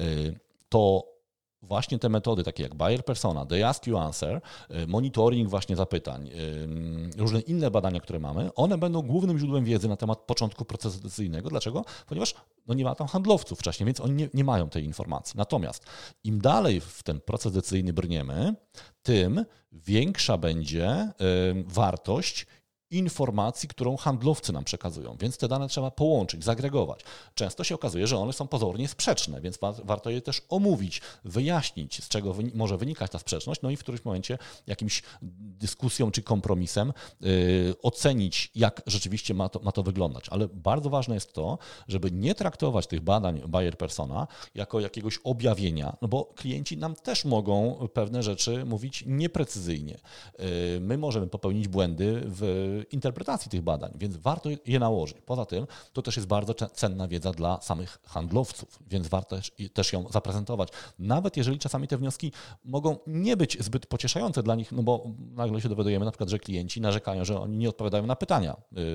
To właśnie te metody, takie jak buyer persona, they ask you answer, monitoring właśnie zapytań, różne inne badania, które mamy, one będą głównym źródłem wiedzy na temat początku procesu decyzyjnego. Dlaczego? Ponieważ nie ma tam handlowców wcześniej, więc oni nie mają tej informacji. Natomiast im dalej w ten proces decyzyjny brniemy, tym większa będzie wartość informacji, którą handlowcy nam przekazują, więc te dane trzeba połączyć, zagregować. Często się okazuje, że one są pozornie sprzeczne, więc warto je też omówić, wyjaśnić, z czego może wynikać ta sprzeczność, no i w którymś momencie jakimś dyskusją czy kompromisem ocenić, jak rzeczywiście ma to wyglądać. Ale bardzo ważne jest to, żeby nie traktować tych badań buyer persona jako jakiegoś objawienia, no bo klienci nam też mogą pewne rzeczy mówić nieprecyzyjnie. My możemy popełnić błędy w interpretacji tych badań, więc warto je nałożyć. Poza tym to też jest bardzo cenna wiedza dla samych handlowców, więc warto też ją zaprezentować. Nawet jeżeli czasami te wnioski mogą nie być zbyt pocieszające dla nich, no bo nagle się dowiadujemy na przykład, że klienci narzekają, że oni nie odpowiadają na pytania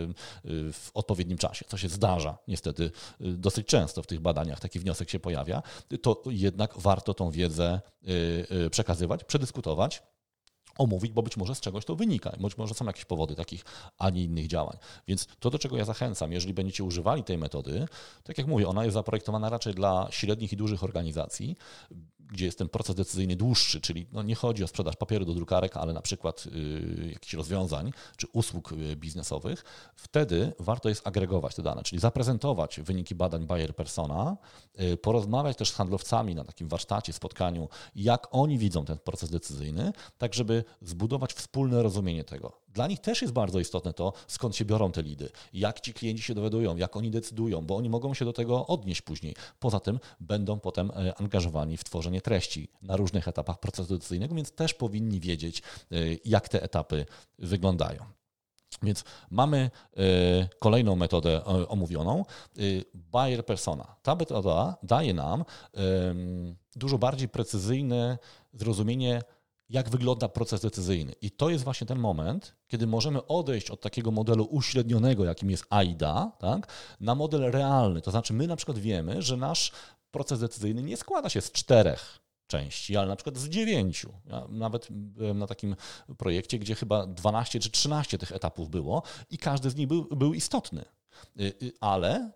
w odpowiednim czasie, co się zdarza niestety dosyć często w tych badaniach, taki wniosek się pojawia, to jednak warto tą wiedzę przekazywać, przedyskutować, omówić, bo być może z czegoś to wynika, być może są jakieś powody takich, a nie innych działań. Więc to, do czego ja zachęcam, jeżeli będziecie używali tej metody, tak jak mówię, ona jest zaprojektowana raczej dla średnich i dużych organizacji, gdzie jest ten proces decyzyjny dłuższy, czyli nie chodzi o sprzedaż papieru do drukarek, ale na przykład jakichś rozwiązań czy usług biznesowych, wtedy warto jest agregować te dane, czyli zaprezentować wyniki badań buyer persona, porozmawiać też z handlowcami na takim warsztacie, spotkaniu, jak oni widzą ten proces decyzyjny, tak żeby zbudować wspólne rozumienie tego. Dla nich też jest bardzo istotne to, skąd się biorą te lidy, jak ci klienci się dowiadują, jak oni decydują, bo oni mogą się do tego odnieść później. Poza tym będą potem angażowani w tworzenie treści na różnych etapach procesu decyzyjnego, więc też powinni wiedzieć, jak te etapy wyglądają. Więc mamy kolejną metodę omówioną, buyer persona. Ta metoda daje nam dużo bardziej precyzyjne zrozumienie, jak wygląda proces decyzyjny. I to jest właśnie ten moment, kiedy możemy odejść od takiego modelu uśrednionego, jakim jest AIDA, tak, na model realny. To znaczy my na przykład wiemy, że nasz proces decyzyjny nie składa się z 4 części, ale na przykład z 9. Ja nawet byłem na takim projekcie, gdzie chyba 12 czy 13 tych etapów było i każdy z nich był istotny. Ale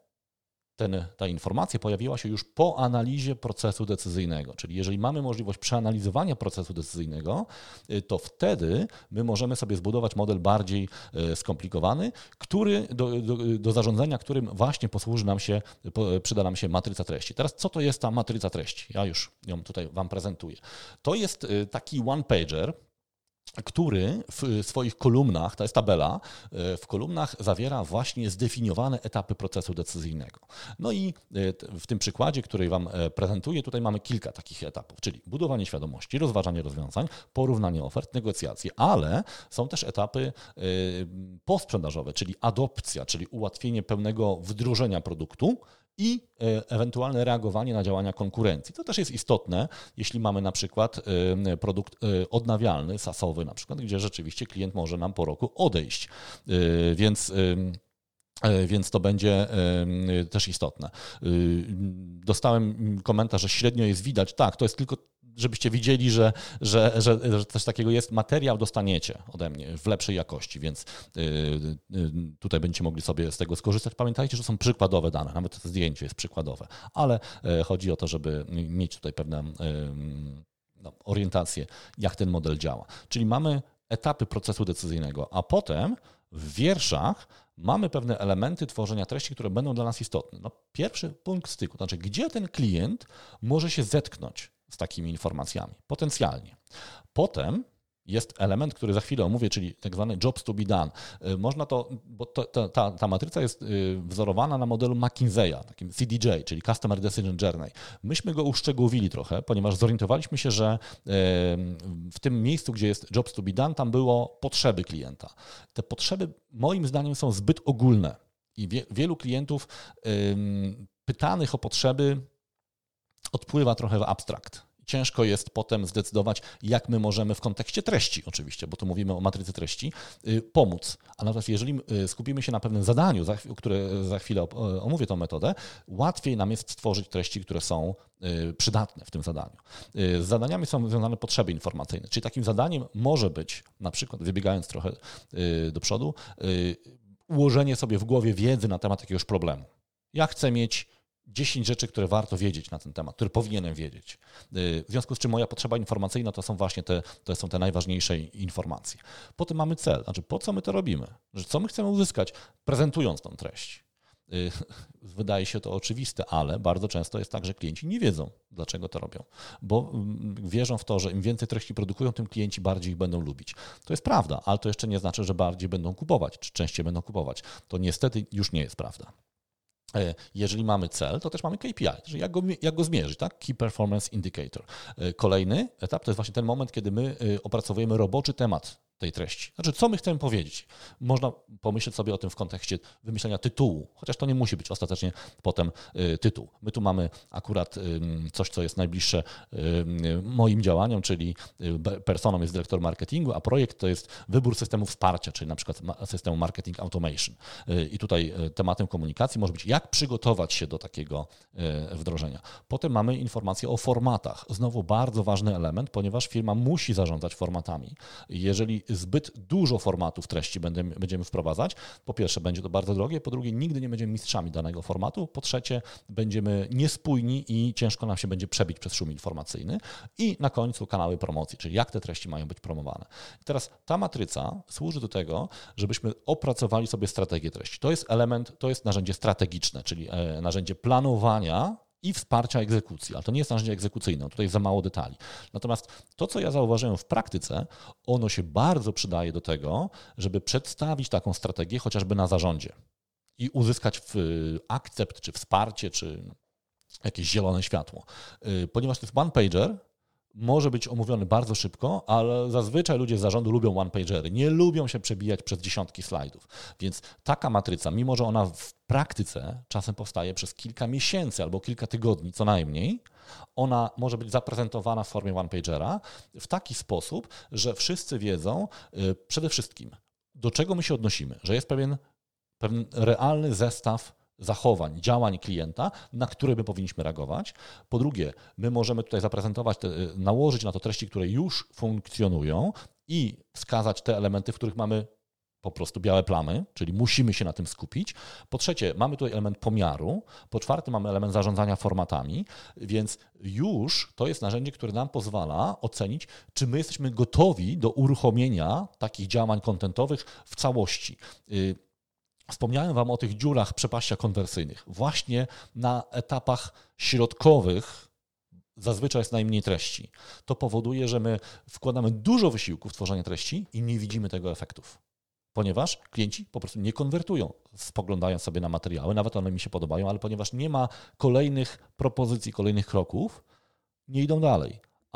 ta informacja pojawiła się już po analizie procesu decyzyjnego. Czyli jeżeli mamy możliwość przeanalizowania procesu decyzyjnego, to wtedy my możemy sobie zbudować model bardziej skomplikowany, który do zarządzania, którym właśnie przyda nam się matryca treści. Teraz co to jest ta matryca treści? Ja już ją tutaj Wam prezentuję. To jest taki one-pager, który w swoich kolumnach, to jest tabela, w kolumnach zawiera właśnie zdefiniowane etapy procesu decyzyjnego. No i w tym przykładzie, który Wam prezentuję, tutaj mamy kilka takich etapów, czyli budowanie świadomości, rozważanie rozwiązań, porównanie ofert, negocjacje, ale są też etapy postsprzedażowe, czyli adopcja, czyli ułatwienie pełnego wdrożenia produktu i ewentualne reagowanie na działania konkurencji. To też jest istotne, jeśli mamy na przykład produkt odnawialny, SaaS-owy na przykład, gdzie rzeczywiście klient może nam po roku odejść. Więc to będzie też istotne. Dostałem komentarz, że średnio jest widać. Tak, to jest tylko, żebyście widzieli, że coś takiego jest. Materiał dostaniecie ode mnie w lepszej jakości, więc tutaj będziecie mogli sobie z tego skorzystać. Pamiętajcie, że są przykładowe dane, nawet to zdjęcie jest przykładowe, ale chodzi o to, żeby mieć tutaj pewne orientację, jak ten model działa. Czyli mamy etapy procesu decyzyjnego, a potem w wierszach mamy pewne elementy tworzenia treści, które będą dla nas istotne. Pierwszy punkt styku, to znaczy gdzie ten klient może się zetknąć z takimi informacjami, potencjalnie. Potem jest element, który za chwilę omówię, czyli tak zwany jobs to be done. Można to, bo ta matryca jest wzorowana na modelu McKinsey'a, takim CDJ, czyli Customer Decision Journey. Myśmy go uszczegółowili trochę, ponieważ zorientowaliśmy się, że w tym miejscu, gdzie jest jobs to be done, tam było potrzeby klienta. Te potrzeby moim zdaniem są zbyt ogólne i wielu klientów pytanych o potrzeby odpływa trochę w abstrakt. Ciężko jest potem zdecydować, jak my możemy w kontekście treści oczywiście, bo tu mówimy o matrycy treści, pomóc. A natomiast jeżeli skupimy się na pewnym zadaniu, które za chwilę omówię tą metodę, łatwiej nam jest stworzyć treści, które są przydatne w tym zadaniu. Z zadaniami są związane potrzeby informacyjne, czyli takim zadaniem może być, na przykład wybiegając trochę do przodu, ułożenie sobie w głowie wiedzy na temat jakiegoś problemu. Ja chcę mieć 10 rzeczy, które warto wiedzieć na ten temat, które powinienem wiedzieć. W związku z czym moja potrzeba informacyjna to są właśnie te najważniejsze informacje. Potem mamy cel, znaczy po co my to robimy, że co my chcemy uzyskać, prezentując tą treść. Wydaje się to oczywiste, ale bardzo często jest tak, że klienci nie wiedzą, dlaczego to robią, bo wierzą w to, że im więcej treści produkują, tym klienci bardziej ich będą lubić. To jest prawda, ale to jeszcze nie znaczy, że bardziej będą kupować, czy częściej będą kupować. To niestety już nie jest prawda. Jeżeli mamy cel, to też mamy KPI, czyli jak go zmierzyć, tak? Key Performance Indicator. Kolejny etap to jest właśnie ten moment, kiedy my opracowujemy roboczy temat tej treści. Znaczy, co my chcemy powiedzieć? Można pomyśleć sobie o tym w kontekście wymyślenia tytułu, chociaż to nie musi być ostatecznie potem tytuł. My tu mamy akurat coś, co jest najbliższe moim działaniom, czyli personą jest dyrektor marketingu, a projekt to jest wybór systemu wsparcia, czyli na przykład systemu marketing automation. I tutaj tematem komunikacji może być, jak przygotować się do takiego wdrożenia. Potem mamy informacje o formatach. Znowu bardzo ważny element, ponieważ firma musi zarządzać formatami. Jeżeli zbyt dużo formatów treści będziemy wprowadzać, po pierwsze będzie to bardzo drogie, po drugie nigdy nie będziemy mistrzami danego formatu, po trzecie będziemy niespójni i ciężko nam się będzie przebić przez szum informacyjny i na końcu kanały promocji, czyli jak te treści mają być promowane. I teraz ta matryca służy do tego, żebyśmy opracowali sobie strategię treści. To jest element, to jest narzędzie strategiczne, czyli narzędzie planowania i wsparcia egzekucji, ale to nie jest narzędzie egzekucyjne, tutaj za mało detali. Natomiast to, co ja zauważyłem w praktyce, ono się bardzo przydaje do tego, żeby przedstawić taką strategię chociażby na zarządzie i uzyskać akcept, czy wsparcie, czy jakieś zielone światło. Ponieważ to jest one-pager, może być omówiony bardzo szybko, ale zazwyczaj ludzie z zarządu lubią one-pagery, nie lubią się przebijać przez dziesiątki slajdów. Więc taka matryca, mimo że ona w praktyce czasem powstaje przez kilka miesięcy albo kilka tygodni co najmniej, ona może być zaprezentowana w formie one-pagera w taki sposób, że wszyscy wiedzą przede wszystkim, do czego my się odnosimy, że jest pewien realny zestaw zachowań, działań klienta, na które my powinniśmy reagować. Po drugie, my możemy tutaj zaprezentować, nałożyć na to treści, które już funkcjonują i wskazać te elementy, w których mamy po prostu białe plamy, czyli musimy się na tym skupić. Po trzecie, mamy tutaj element pomiaru. Po czwarte, mamy element zarządzania formatami, więc już to jest narzędzie, które nam pozwala ocenić, czy my jesteśmy gotowi do uruchomienia takich działań kontentowych w całości. Wspomniałem Wam o tych dziurach, przepaściach konwersyjnych. Właśnie na etapach środkowych zazwyczaj jest najmniej treści. To powoduje, że my wkładamy dużo wysiłku w tworzenie treści i nie widzimy tego efektów. Ponieważ klienci po prostu nie konwertują, spoglądając sobie na materiały, nawet one mi się podobają, ale ponieważ nie ma kolejnych propozycji, kolejnych kroków, nie idą dalej. A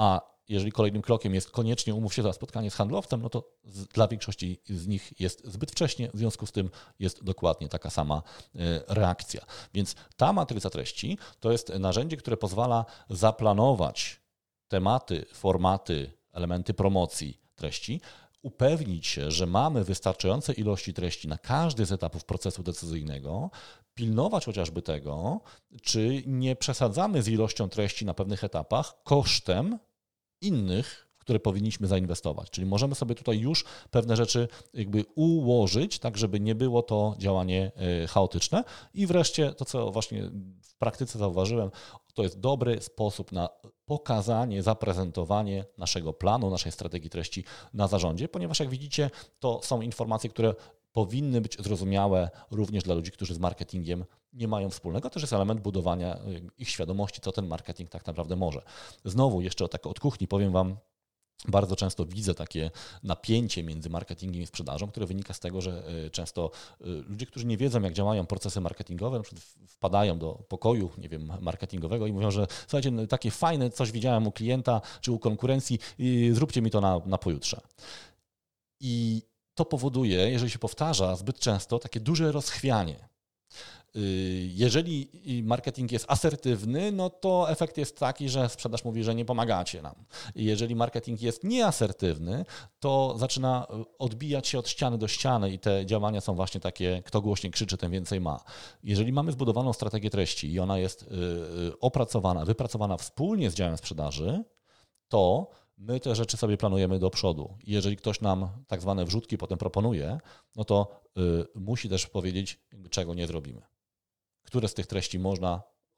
jeżeli kolejnym krokiem jest koniecznie umów się za spotkanie z handlowcem, no to dla większości z nich jest zbyt wcześnie, w związku z tym jest dokładnie taka sama reakcja. Więc ta matryca treści to jest narzędzie, które pozwala zaplanować tematy, formaty, elementy promocji treści, upewnić się, że mamy wystarczające ilości treści na każdy z etapów procesu decyzyjnego, pilnować chociażby tego, czy nie przesadzamy z ilością treści na pewnych etapach kosztem innych, w które powinniśmy zainwestować. Czyli możemy sobie tutaj już pewne rzeczy jakby ułożyć, tak żeby nie było to działanie chaotyczne. I wreszcie to, co właśnie w praktyce zauważyłem, to jest dobry sposób na pokazanie, zaprezentowanie naszego planu, naszej strategii treści na zarządzie, ponieważ jak widzicie, to są informacje, które powinny być zrozumiałe również dla ludzi, którzy z marketingiem nie mają wspólnego. To też jest element budowania ich świadomości, co ten marketing tak naprawdę może. Znowu jeszcze tak od kuchni powiem Wam, bardzo często widzę takie napięcie między marketingiem i sprzedażą, które wynika z tego, że często ludzie, którzy nie wiedzą, jak działają procesy marketingowe, na przykład wpadają do pokoju, nie wiem, marketingowego i mówią, że słuchajcie, takie fajne coś widziałem u klienta czy u konkurencji, zróbcie mi to na pojutrze. I to powoduje, jeżeli się powtarza zbyt często, takie duże rozchwianie. Jeżeli marketing jest asertywny, no to efekt jest taki, że sprzedaż mówi, że nie pomagacie nam. Jeżeli marketing jest nieasertywny, to zaczyna odbijać się od ściany do ściany i te działania są właśnie takie, kto głośniej krzyczy, tym więcej ma. Jeżeli mamy zbudowaną strategię treści i ona jest opracowana, wypracowana wspólnie z działem sprzedaży, to my te rzeczy sobie planujemy do przodu. I jeżeli ktoś nam tak zwane wrzutki potem proponuje, no to musi też powiedzieć, czego nie zrobimy. Które z tych treści można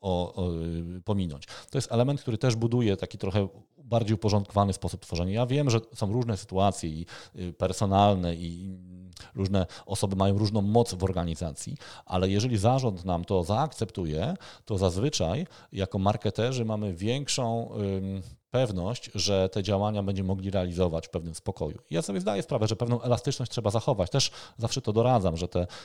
pominąć. To jest element, który też buduje taki trochę bardziej uporządkowany sposób tworzenia. Ja wiem, że są różne sytuacje i personalne i różne osoby mają różną moc w organizacji, ale jeżeli zarząd nam to zaakceptuje, to zazwyczaj jako marketerzy mamy większą pewność, że te działania będziemy mogli realizować w pewnym spokoju. Ja sobie zdaję sprawę, że pewną elastyczność trzeba zachować. Też zawsze to doradzam, że te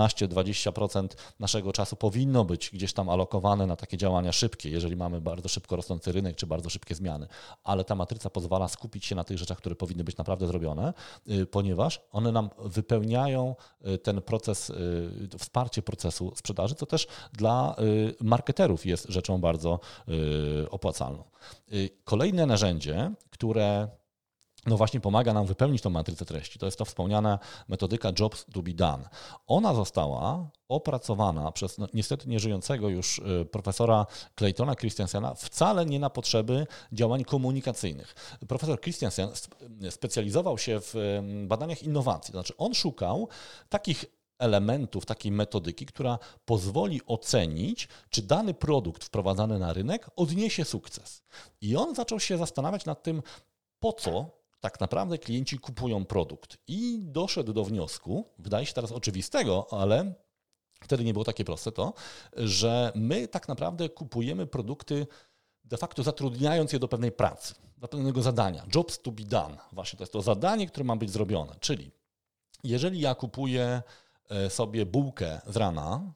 15-20% naszego czasu powinno być gdzieś tam alokowane na takie działania szybkie, jeżeli mamy bardzo szybko rosnący rynek czy bardzo szybkie zmiany. Ale ta matryca pozwala skupić się na tych rzeczach, które powinny być naprawdę zrobione, ponieważ one nam wypełniają ten proces, wsparcie procesu sprzedaży, co też dla marketerów jest rzeczą bardzo opłacalną. Kolejne narzędzie, które no właśnie pomaga nam wypełnić tą matrycę treści, to jest ta wspomniana metodyka Jobs to be done. Ona została opracowana przez niestety nieżyjącego już profesora Claytona Christensena wcale nie na potrzeby działań komunikacyjnych. Profesor Christensen specjalizował się w badaniach innowacji, to znaczy on szukał takich elementów, takiej metodyki, która pozwoli ocenić, czy dany produkt wprowadzany na rynek odniesie sukces. I on zaczął się zastanawiać nad tym, po co tak naprawdę klienci kupują produkt. I doszedł do wniosku, wydaje się teraz oczywistego, ale wtedy nie było takie proste to, że my tak naprawdę kupujemy produkty de facto zatrudniając je do pewnej pracy, do pewnego zadania. Jobs to be done. Właśnie to jest to zadanie, które ma być zrobione. Czyli jeżeli ja kupuję sobie bułkę z rana,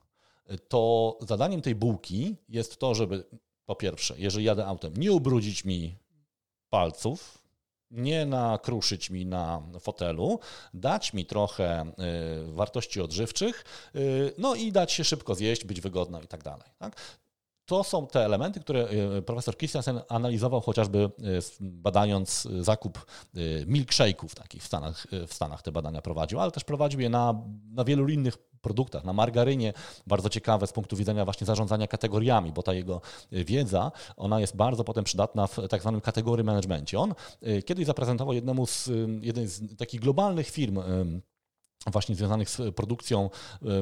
to zadaniem tej bułki jest to, żeby po pierwsze, jeżeli jadę autem, nie ubrudzić mi palców, nie nakruszyć mi na fotelu, dać mi trochę wartości odżywczych, no i dać się szybko zjeść, być wygodna i tak dalej. Tak? To są te elementy, które profesor Christensen analizował chociażby badając zakup milkshake'ów takich w Stanach te badania prowadził, ale też prowadził je na wielu innych produktach, na margarynie, bardzo ciekawe z punktu widzenia właśnie zarządzania kategoriami, bo ta jego wiedza, ona jest bardzo potem przydatna w tak zwanym kategorii managemencie. On kiedyś zaprezentował jednej z takich globalnych firm właśnie związanych z produkcją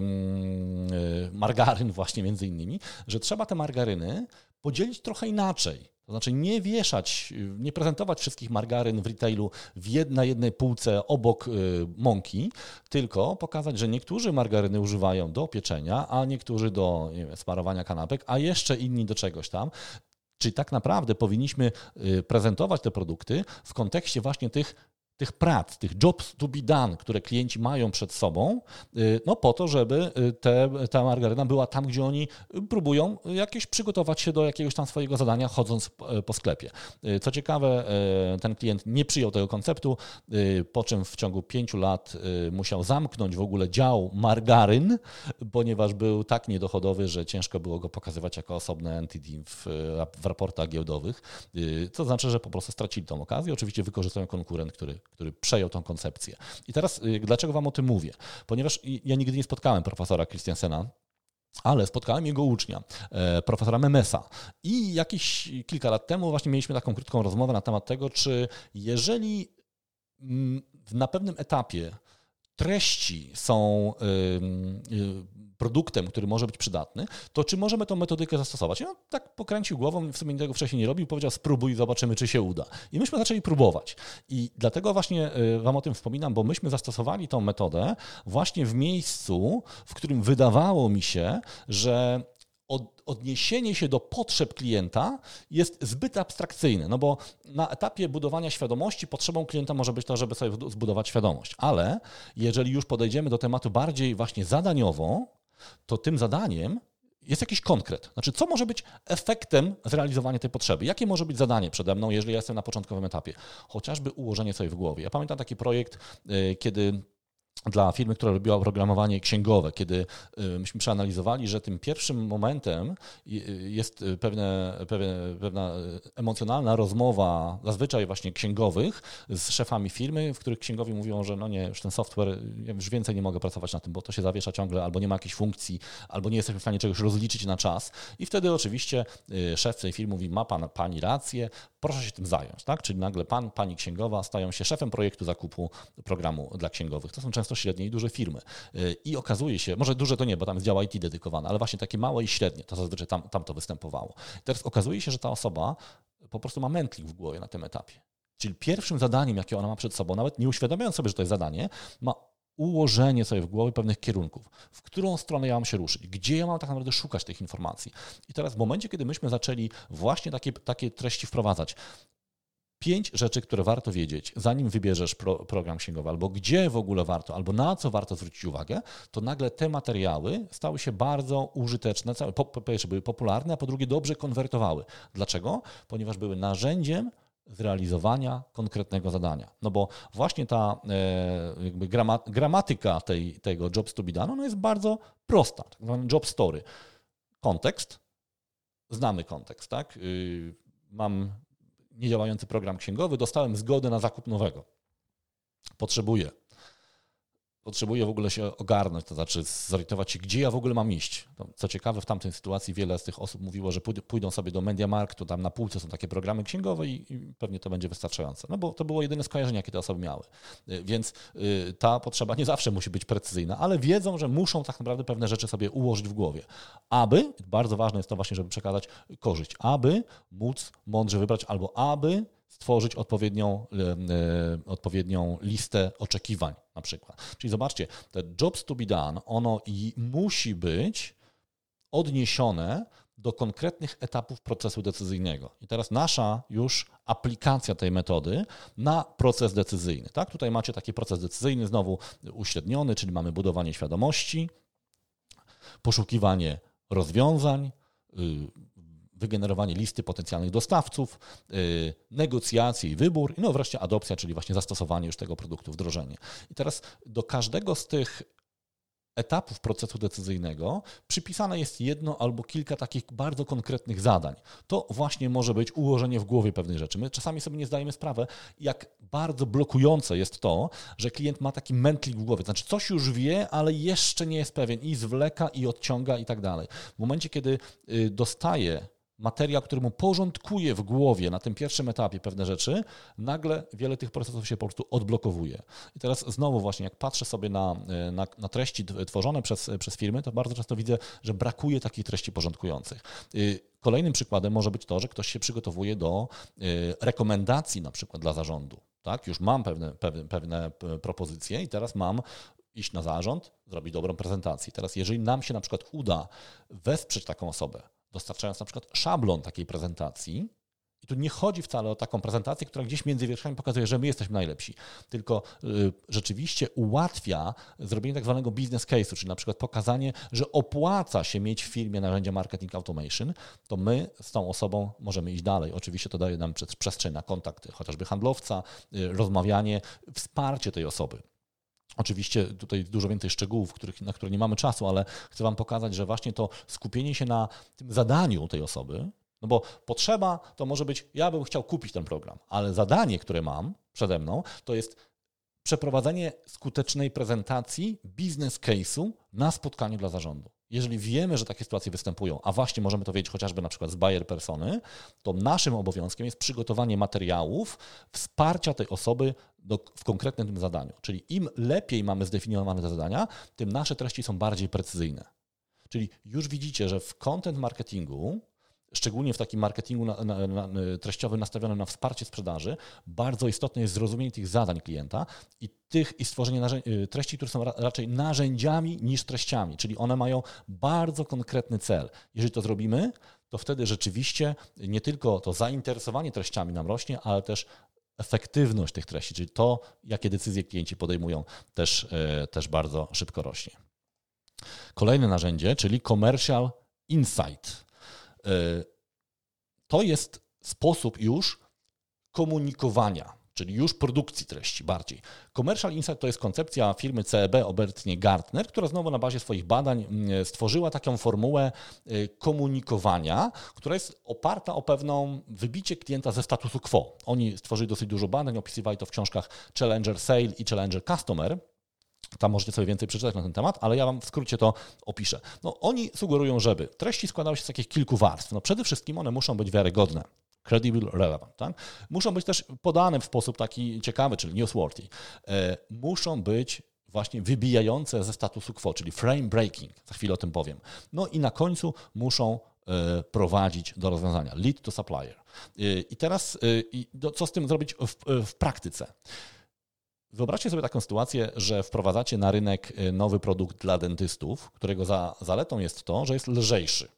margaryn właśnie między innymi, że trzeba te margaryny podzielić trochę inaczej. To znaczy nie wieszać, nie prezentować wszystkich margaryn w retailu na jednej półce obok mąki, tylko pokazać, że niektórzy margaryny używają do pieczenia, a niektórzy do smarowania kanapek, a jeszcze inni do czegoś tam. Czyli tak naprawdę powinniśmy prezentować te produkty w kontekście właśnie tych tych prac, tych jobs to be done, które klienci mają przed sobą, no po to, żeby ta margaryna była tam, gdzie oni próbują przygotować się do jakiegoś tam swojego zadania, chodząc po sklepie. Co ciekawe, ten klient nie przyjął tego konceptu, po czym w ciągu 5 lat musiał zamknąć w ogóle dział margaryn, ponieważ był tak niedochodowy, że ciężko było go pokazywać jako osobne entity w raportach giełdowych, co znaczy, że po prostu stracili tą okazję. Oczywiście wykorzystają konkurent, który przejął tą koncepcję. I teraz dlaczego wam o tym mówię? Ponieważ ja nigdy nie spotkałem profesora Christiansena, ale spotkałem jego ucznia, profesora Memesa. I jakieś kilka lat temu właśnie mieliśmy taką krótką rozmowę na temat tego, czy jeżeli na pewnym etapie treści są produktem, który może być przydatny, to czy możemy tą metodykę zastosować? I on tak pokręcił głową, w sumie tego wcześniej nie robił, powiedział: spróbuj, zobaczymy, czy się uda. I myśmy zaczęli próbować. I dlatego właśnie wam o tym wspominam, bo myśmy zastosowali tą metodę właśnie w miejscu, w którym wydawało mi się, że odniesienie się do potrzeb klienta jest zbyt abstrakcyjne, no bo na etapie budowania świadomości potrzebą klienta może być to, żeby sobie zbudować świadomość, ale jeżeli już podejdziemy do tematu bardziej właśnie zadaniowo, to tym zadaniem jest jakiś konkret. Znaczy, co może być efektem zrealizowania tej potrzeby? Jakie może być zadanie przede mną, jeżeli ja jestem na początkowym etapie? Chociażby ułożenie sobie w głowie. Ja pamiętam taki projekt, kiedy dla firmy, która robiła oprogramowanie księgowe, kiedy myśmy przeanalizowali, że tym pierwszym momentem jest pewna emocjonalna rozmowa, zazwyczaj właśnie księgowych, z szefami firmy, w których księgowi mówią, że no nie, już ten software, ja już więcej nie mogę pracować na tym, bo to się zawiesza ciągle, albo nie ma jakiejś funkcji, albo nie jesteśmy w stanie czegoś rozliczyć na czas. I wtedy oczywiście szef tej firmy mówi: ma pani rację, proszę się tym zająć, tak? Czyli nagle pani księgowa stają się szefem projektu zakupu programu dla księgowych. To są często średnie i duże firmy. I okazuje się, może duże to nie, bo tam jest dział IT dedykowany, ale właśnie takie małe i średnie, to zazwyczaj tam to występowało. I teraz okazuje się, że ta osoba po prostu ma mętlik w głowie na tym etapie. Czyli pierwszym zadaniem, jakie ona ma przed sobą, nawet nie uświadamiając sobie, że to jest zadanie, ma ułożenie sobie w głowie pewnych kierunków, w którą stronę ja mam się ruszyć, gdzie ja mam tak naprawdę szukać tych informacji. I teraz w momencie, kiedy myśmy zaczęli właśnie takie treści wprowadzać, 5 rzeczy, które warto wiedzieć, zanim wybierzesz program księgowy, albo gdzie w ogóle warto, albo na co warto zwrócić uwagę, to nagle te materiały stały się bardzo użyteczne, po pierwsze były popularne, a po drugie dobrze konwertowały. Dlaczego? Ponieważ były narzędziem zrealizowania konkretnego zadania. No bo właśnie ta jakby gramatyka tego jobs to be done, ona jest bardzo prosta, tak zwany job story. Kontekst, znamy kontekst, tak? Mam niedziałający program księgowy, dostałem zgodę na zakup nowego. Potrzebuję w ogóle się ogarnąć, to znaczy zorientować się, gdzie ja w ogóle mam iść. Co ciekawe, w tamtej sytuacji wiele z tych osób mówiło, że pójdą sobie do MediaMarktu, tam na półce są takie programy księgowe i pewnie to będzie wystarczające. No bo to było jedyne skojarzenie, jakie te osoby miały. Więc ta potrzeba nie zawsze musi być precyzyjna, ale wiedzą, że muszą tak naprawdę pewne rzeczy sobie ułożyć w głowie. Aby, bardzo ważne jest to właśnie, żeby przekazać korzyść, aby móc mądrze wybrać albo aby stworzyć odpowiednią listę oczekiwań na przykład. Czyli zobaczcie, te jobs to be done, ono i musi być odniesione do konkretnych etapów procesu decyzyjnego. I teraz nasza już aplikacja tej metody na proces decyzyjny. Tak? Tutaj macie taki proces decyzyjny znowu uśredniony, czyli mamy budowanie świadomości, poszukiwanie rozwiązań, wygenerowanie listy potencjalnych dostawców, negocjacje i wybór, no wreszcie adopcja, czyli właśnie zastosowanie już tego produktu, wdrożenie. I teraz do każdego z tych etapów procesu decyzyjnego przypisane jest jedno albo kilka takich bardzo konkretnych zadań. To właśnie może być ułożenie w głowie pewnych rzeczy. My czasami sobie nie zdajemy sprawy, jak bardzo blokujące jest to, że klient ma taki mętlik w głowie. Znaczy coś już wie, ale jeszcze nie jest pewien i zwleka i odciąga i tak dalej. W momencie, kiedy dostaje materiał, który mu porządkuje w głowie na tym pierwszym etapie pewne rzeczy, nagle wiele tych procesów się po prostu odblokowuje. I teraz znowu właśnie, jak patrzę sobie na treści tworzone przez firmy, to bardzo często widzę, że brakuje takich treści porządkujących. Kolejnym przykładem może być to, że ktoś się przygotowuje do rekomendacji na przykład dla zarządu. Tak? Już mam pewne propozycje i teraz mam iść na zarząd, zrobić dobrą prezentację. Teraz jeżeli nam się na przykład uda wesprzeć taką osobę, dostarczając na przykład szablon takiej prezentacji, I tu nie chodzi wcale o taką prezentację, która gdzieś między wierszami pokazuje, że my jesteśmy najlepsi, tylko rzeczywiście ułatwia zrobienie tak zwanego business case'u, czyli na przykład pokazanie, że opłaca się mieć w firmie narzędzia marketing automation, to my z tą osobą możemy iść dalej. Oczywiście to daje nam przestrzeń na kontakt chociażby handlowca, rozmawianie, wsparcie tej osoby. Oczywiście tutaj dużo więcej szczegółów, na które nie mamy czasu, ale chcę Wam pokazać, że właśnie to skupienie się na tym zadaniu tej osoby, no bo potrzeba to może być, ja bym chciał kupić ten program, ale zadanie, które mam przede mną, to jest przeprowadzenie skutecznej prezentacji business case'u na spotkaniu dla zarządu. Jeżeli wiemy, że takie sytuacje występują, a właśnie możemy to wiedzieć chociażby na przykład z buyer persony, to naszym obowiązkiem jest przygotowanie materiałów, wsparcia tej osoby w konkretnym tym zadaniu. Czyli im lepiej mamy zdefiniowane te zadania, tym nasze treści są bardziej precyzyjne. Czyli już widzicie, że w content marketingu, szczególnie w takim marketingu treściowym nastawionym na wsparcie sprzedaży, bardzo istotne jest zrozumienie tych zadań klienta i stworzenie treści, które są raczej narzędziami niż treściami, czyli one mają bardzo konkretny cel. Jeżeli to zrobimy, to wtedy rzeczywiście nie tylko to zainteresowanie treściami nam rośnie, ale też efektywność tych treści, czyli to, jakie decyzje klienci podejmują, też bardzo szybko rośnie. Kolejne narzędzie, czyli Commercial Insight. To jest sposób już komunikowania, czyli już produkcji treści bardziej. Commercial Insight to jest koncepcja firmy CEB, obecnie Gartner, która znowu na bazie swoich badań stworzyła taką formułę komunikowania, która jest oparta o pewną wybicie klienta ze statusu quo. Oni stworzyli dosyć dużo badań, opisywali to w książkach Challenger Sale i Challenger Customer. Tam możecie sobie więcej przeczytać na ten temat, ale ja Wam w skrócie to opiszę. No, oni sugerują, żeby treści składały się z takich kilku warstw. No, przede wszystkim one muszą być wiarygodne, credible, relevant. Tak? Muszą być też podane w sposób taki ciekawy, czyli newsworthy. Muszą być właśnie wybijające ze statusu quo, czyli frame breaking. Za chwilę o tym powiem. No i na końcu muszą prowadzić do rozwiązania. Lead to supplier. I teraz co z tym zrobić w praktyce? Wyobraźcie sobie taką sytuację, że wprowadzacie na rynek nowy produkt dla dentystów, którego zaletą jest to, że jest lżejszy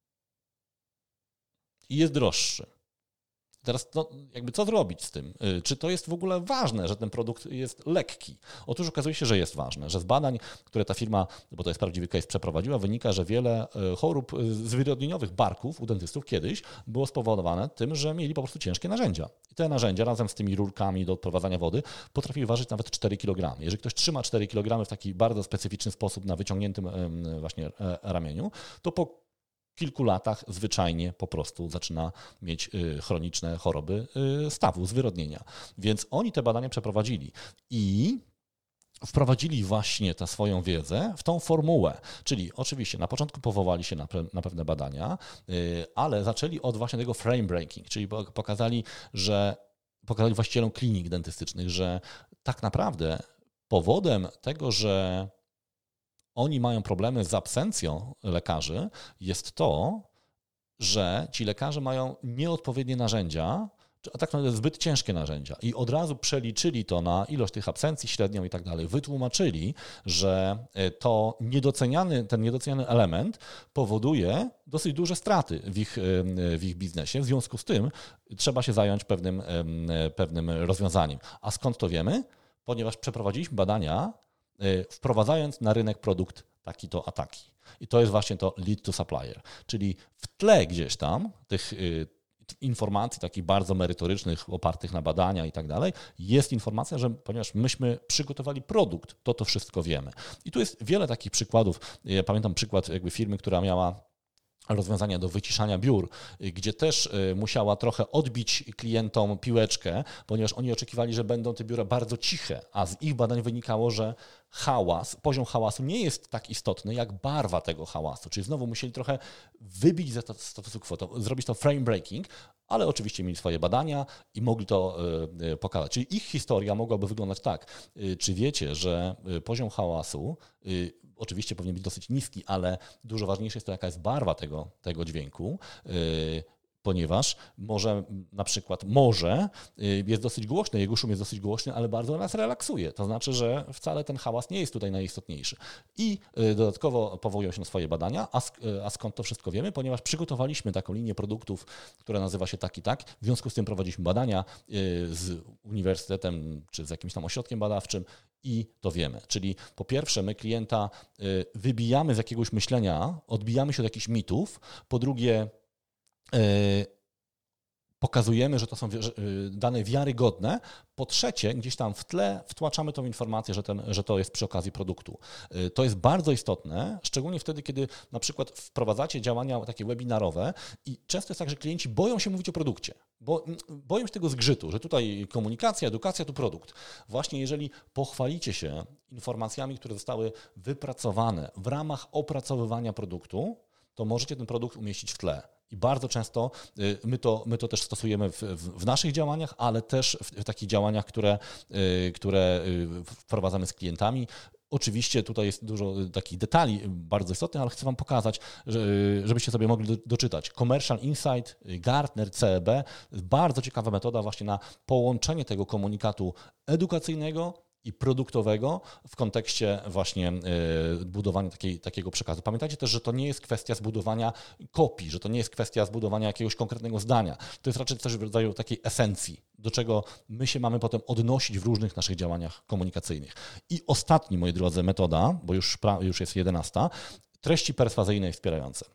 i jest droższy. Teraz co zrobić z tym? Czy to jest w ogóle ważne, że ten produkt jest lekki? Otóż okazuje się, że jest ważne, że z badań, które ta firma, bo to jest prawdziwy case, przeprowadziła, wynika, że wiele chorób zwyrodnieniowych barków u dentystów kiedyś było spowodowane tym, że mieli po prostu ciężkie narzędzia. I te narzędzia razem z tymi rurkami do odprowadzania wody potrafiły ważyć nawet 4 kg. Jeżeli ktoś trzyma 4 kg w taki bardzo specyficzny sposób na wyciągniętym właśnie ramieniu, to po kilku latach zwyczajnie po prostu zaczyna mieć chroniczne choroby stawu, zwyrodnienia. Więc oni te badania przeprowadzili i wprowadzili właśnie tę swoją wiedzę w tą formułę. Czyli oczywiście na początku powołali się na pewne badania, ale zaczęli od właśnie tego frame breaking, czyli pokazali właścicielom klinik dentystycznych, że tak naprawdę powodem tego, że oni mają problemy z absencją lekarzy, jest to, że ci lekarze mają nieodpowiednie narzędzia, a tak naprawdę zbyt ciężkie narzędzia i od razu przeliczyli to na ilość tych absencji średnią i tak dalej. Wytłumaczyli, że ten niedoceniany element powoduje dosyć duże straty w ich biznesie. W związku z tym trzeba się zająć pewnym rozwiązaniem. A skąd to wiemy? Ponieważ przeprowadziliśmy badania, wprowadzając na rynek produkt taki-to, a taki. I to jest właśnie to lead to supplier. Czyli w tle gdzieś tam tych informacji takich bardzo merytorycznych, opartych na badania i tak dalej, jest informacja, że ponieważ myśmy przygotowali produkt, to wszystko wiemy. I tu jest wiele takich przykładów. Ja pamiętam przykład firmy, która miała rozwiązania do wyciszania biur, gdzie też musiała trochę odbić klientom piłeczkę, ponieważ oni oczekiwali, że będą te biura bardzo ciche, a z ich badań wynikało, że poziom hałasu nie jest tak istotny jak barwa tego hałasu, czyli znowu musieli trochę wybić ze statusu quo, zrobić to frame breaking, ale oczywiście mieli swoje badania i mogli to pokazać. Czyli ich historia mogłaby wyglądać tak. Czy wiecie, że poziom hałasu oczywiście powinien być dosyć niski, ale dużo ważniejsze jest to, jaka jest barwa tego dźwięku. ponieważ jest dosyć głośny, jego szum jest dosyć głośny, ale bardzo nas relaksuje. To znaczy, że wcale ten hałas nie jest tutaj najistotniejszy. I dodatkowo powołują się na swoje badania, a skąd to wszystko wiemy? Ponieważ przygotowaliśmy taką linię produktów, która nazywa się tak i tak. W związku z tym prowadziliśmy badania z uniwersytetem czy z jakimś tam ośrodkiem badawczym i to wiemy. Czyli po pierwsze my klienta wybijamy z jakiegoś myślenia, odbijamy się od jakichś mitów, po drugie pokazujemy, że to są dane wiarygodne. Po trzecie, gdzieś tam w tle wtłaczamy tą informację, że to jest przy okazji produktu. To jest bardzo istotne, szczególnie wtedy, kiedy na przykład wprowadzacie działania takie webinarowe i często jest tak, że klienci boją się mówić o produkcie, bo boją się tego zgrzytu, że tutaj komunikacja, edukacja, tu produkt. Właśnie jeżeli pochwalicie się informacjami, które zostały wypracowane w ramach opracowywania produktu, to możecie ten produkt umieścić w tle. I bardzo często my to też stosujemy w naszych działaniach, ale też w takich działaniach, które wprowadzamy z klientami. Oczywiście tutaj jest dużo takich detali bardzo istotnych, ale chcę Wam pokazać, żebyście sobie mogli doczytać. Commercial Insight, Gartner, CEB, bardzo ciekawa metoda właśnie na połączenie tego komunikatu edukacyjnego i produktowego w kontekście właśnie budowania takiego przekazu. Pamiętajcie też, że to nie jest kwestia zbudowania kopii, że to nie jest kwestia zbudowania jakiegoś konkretnego zdania. To jest raczej coś w rodzaju takiej esencji, do czego my się mamy potem odnosić w różnych naszych działaniach komunikacyjnych. I ostatni, moi drodzy, metoda, bo już jest 11, treści perswazyjne i wspierające.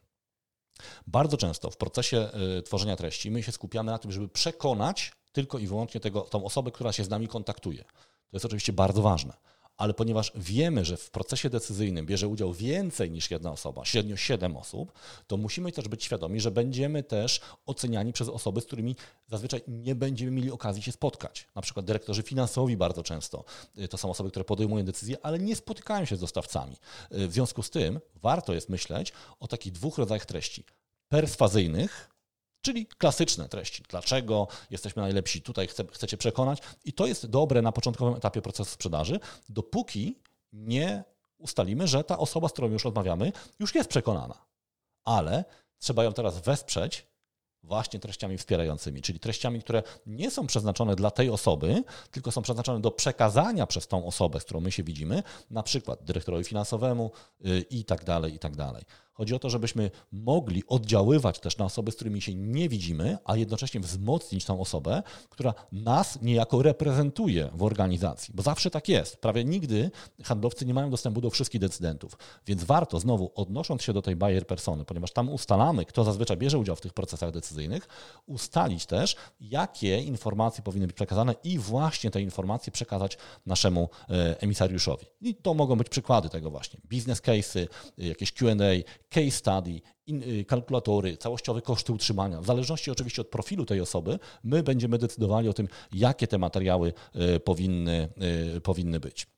Bardzo często w procesie tworzenia treści my się skupiamy na tym, żeby przekonać tylko i wyłącznie tą osobę, która się z nami kontaktuje. To jest oczywiście bardzo ważne, ale ponieważ wiemy, że w procesie decyzyjnym bierze udział więcej niż jedna osoba, średnio 7 osób, to musimy też być świadomi, że będziemy też oceniani przez osoby, z którymi zazwyczaj nie będziemy mieli okazji się spotkać. Na przykład dyrektorzy finansowi bardzo często to są osoby, które podejmują decyzje, ale nie spotykają się z dostawcami. W związku z tym warto jest myśleć o takich 2 rodzajach treści. Perswazyjnych, czyli klasyczne treści. Dlaczego jesteśmy najlepsi? Tutaj chcecie przekonać. I to jest dobre na początkowym etapie procesu sprzedaży, dopóki nie ustalimy, że ta osoba, z którą już rozmawiamy, już jest przekonana. Ale trzeba ją teraz wesprzeć właśnie treściami wspierającymi, czyli treściami, które nie są przeznaczone dla tej osoby, tylko są przeznaczone do przekazania przez tą osobę, z którą my się widzimy, na przykład dyrektorowi finansowemu i tak dalej, i tak dalej. Chodzi o to, żebyśmy mogli oddziaływać też na osoby, z którymi się nie widzimy, a jednocześnie wzmocnić tą osobę, która nas niejako reprezentuje w organizacji. Bo zawsze tak jest. Prawie nigdy handlowcy nie mają dostępu do wszystkich decydentów. Więc warto znowu, odnosząc się do tej buyer persony, ponieważ tam ustalamy, kto zazwyczaj bierze udział w tych procesach decyzyjnych, ustalić też, jakie informacje powinny być przekazane i właśnie te informacje przekazać naszemu emisariuszowi. I to mogą być przykłady tego właśnie. Business case'y, jakieś Q&A, case study, kalkulatory, całościowe koszty utrzymania. W zależności oczywiście od profilu tej osoby, my będziemy decydowali o tym, jakie te materiały powinny być.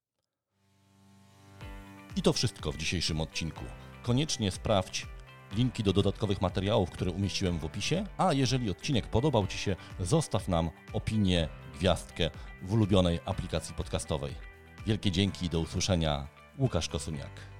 I to wszystko w dzisiejszym odcinku. Koniecznie sprawdź linki do dodatkowych materiałów, które umieściłem w opisie, a jeżeli odcinek podobał Ci się, zostaw nam opinię, gwiazdkę w ulubionej aplikacji podcastowej. Wielkie dzięki i do usłyszenia. Łukasz Kosuniak.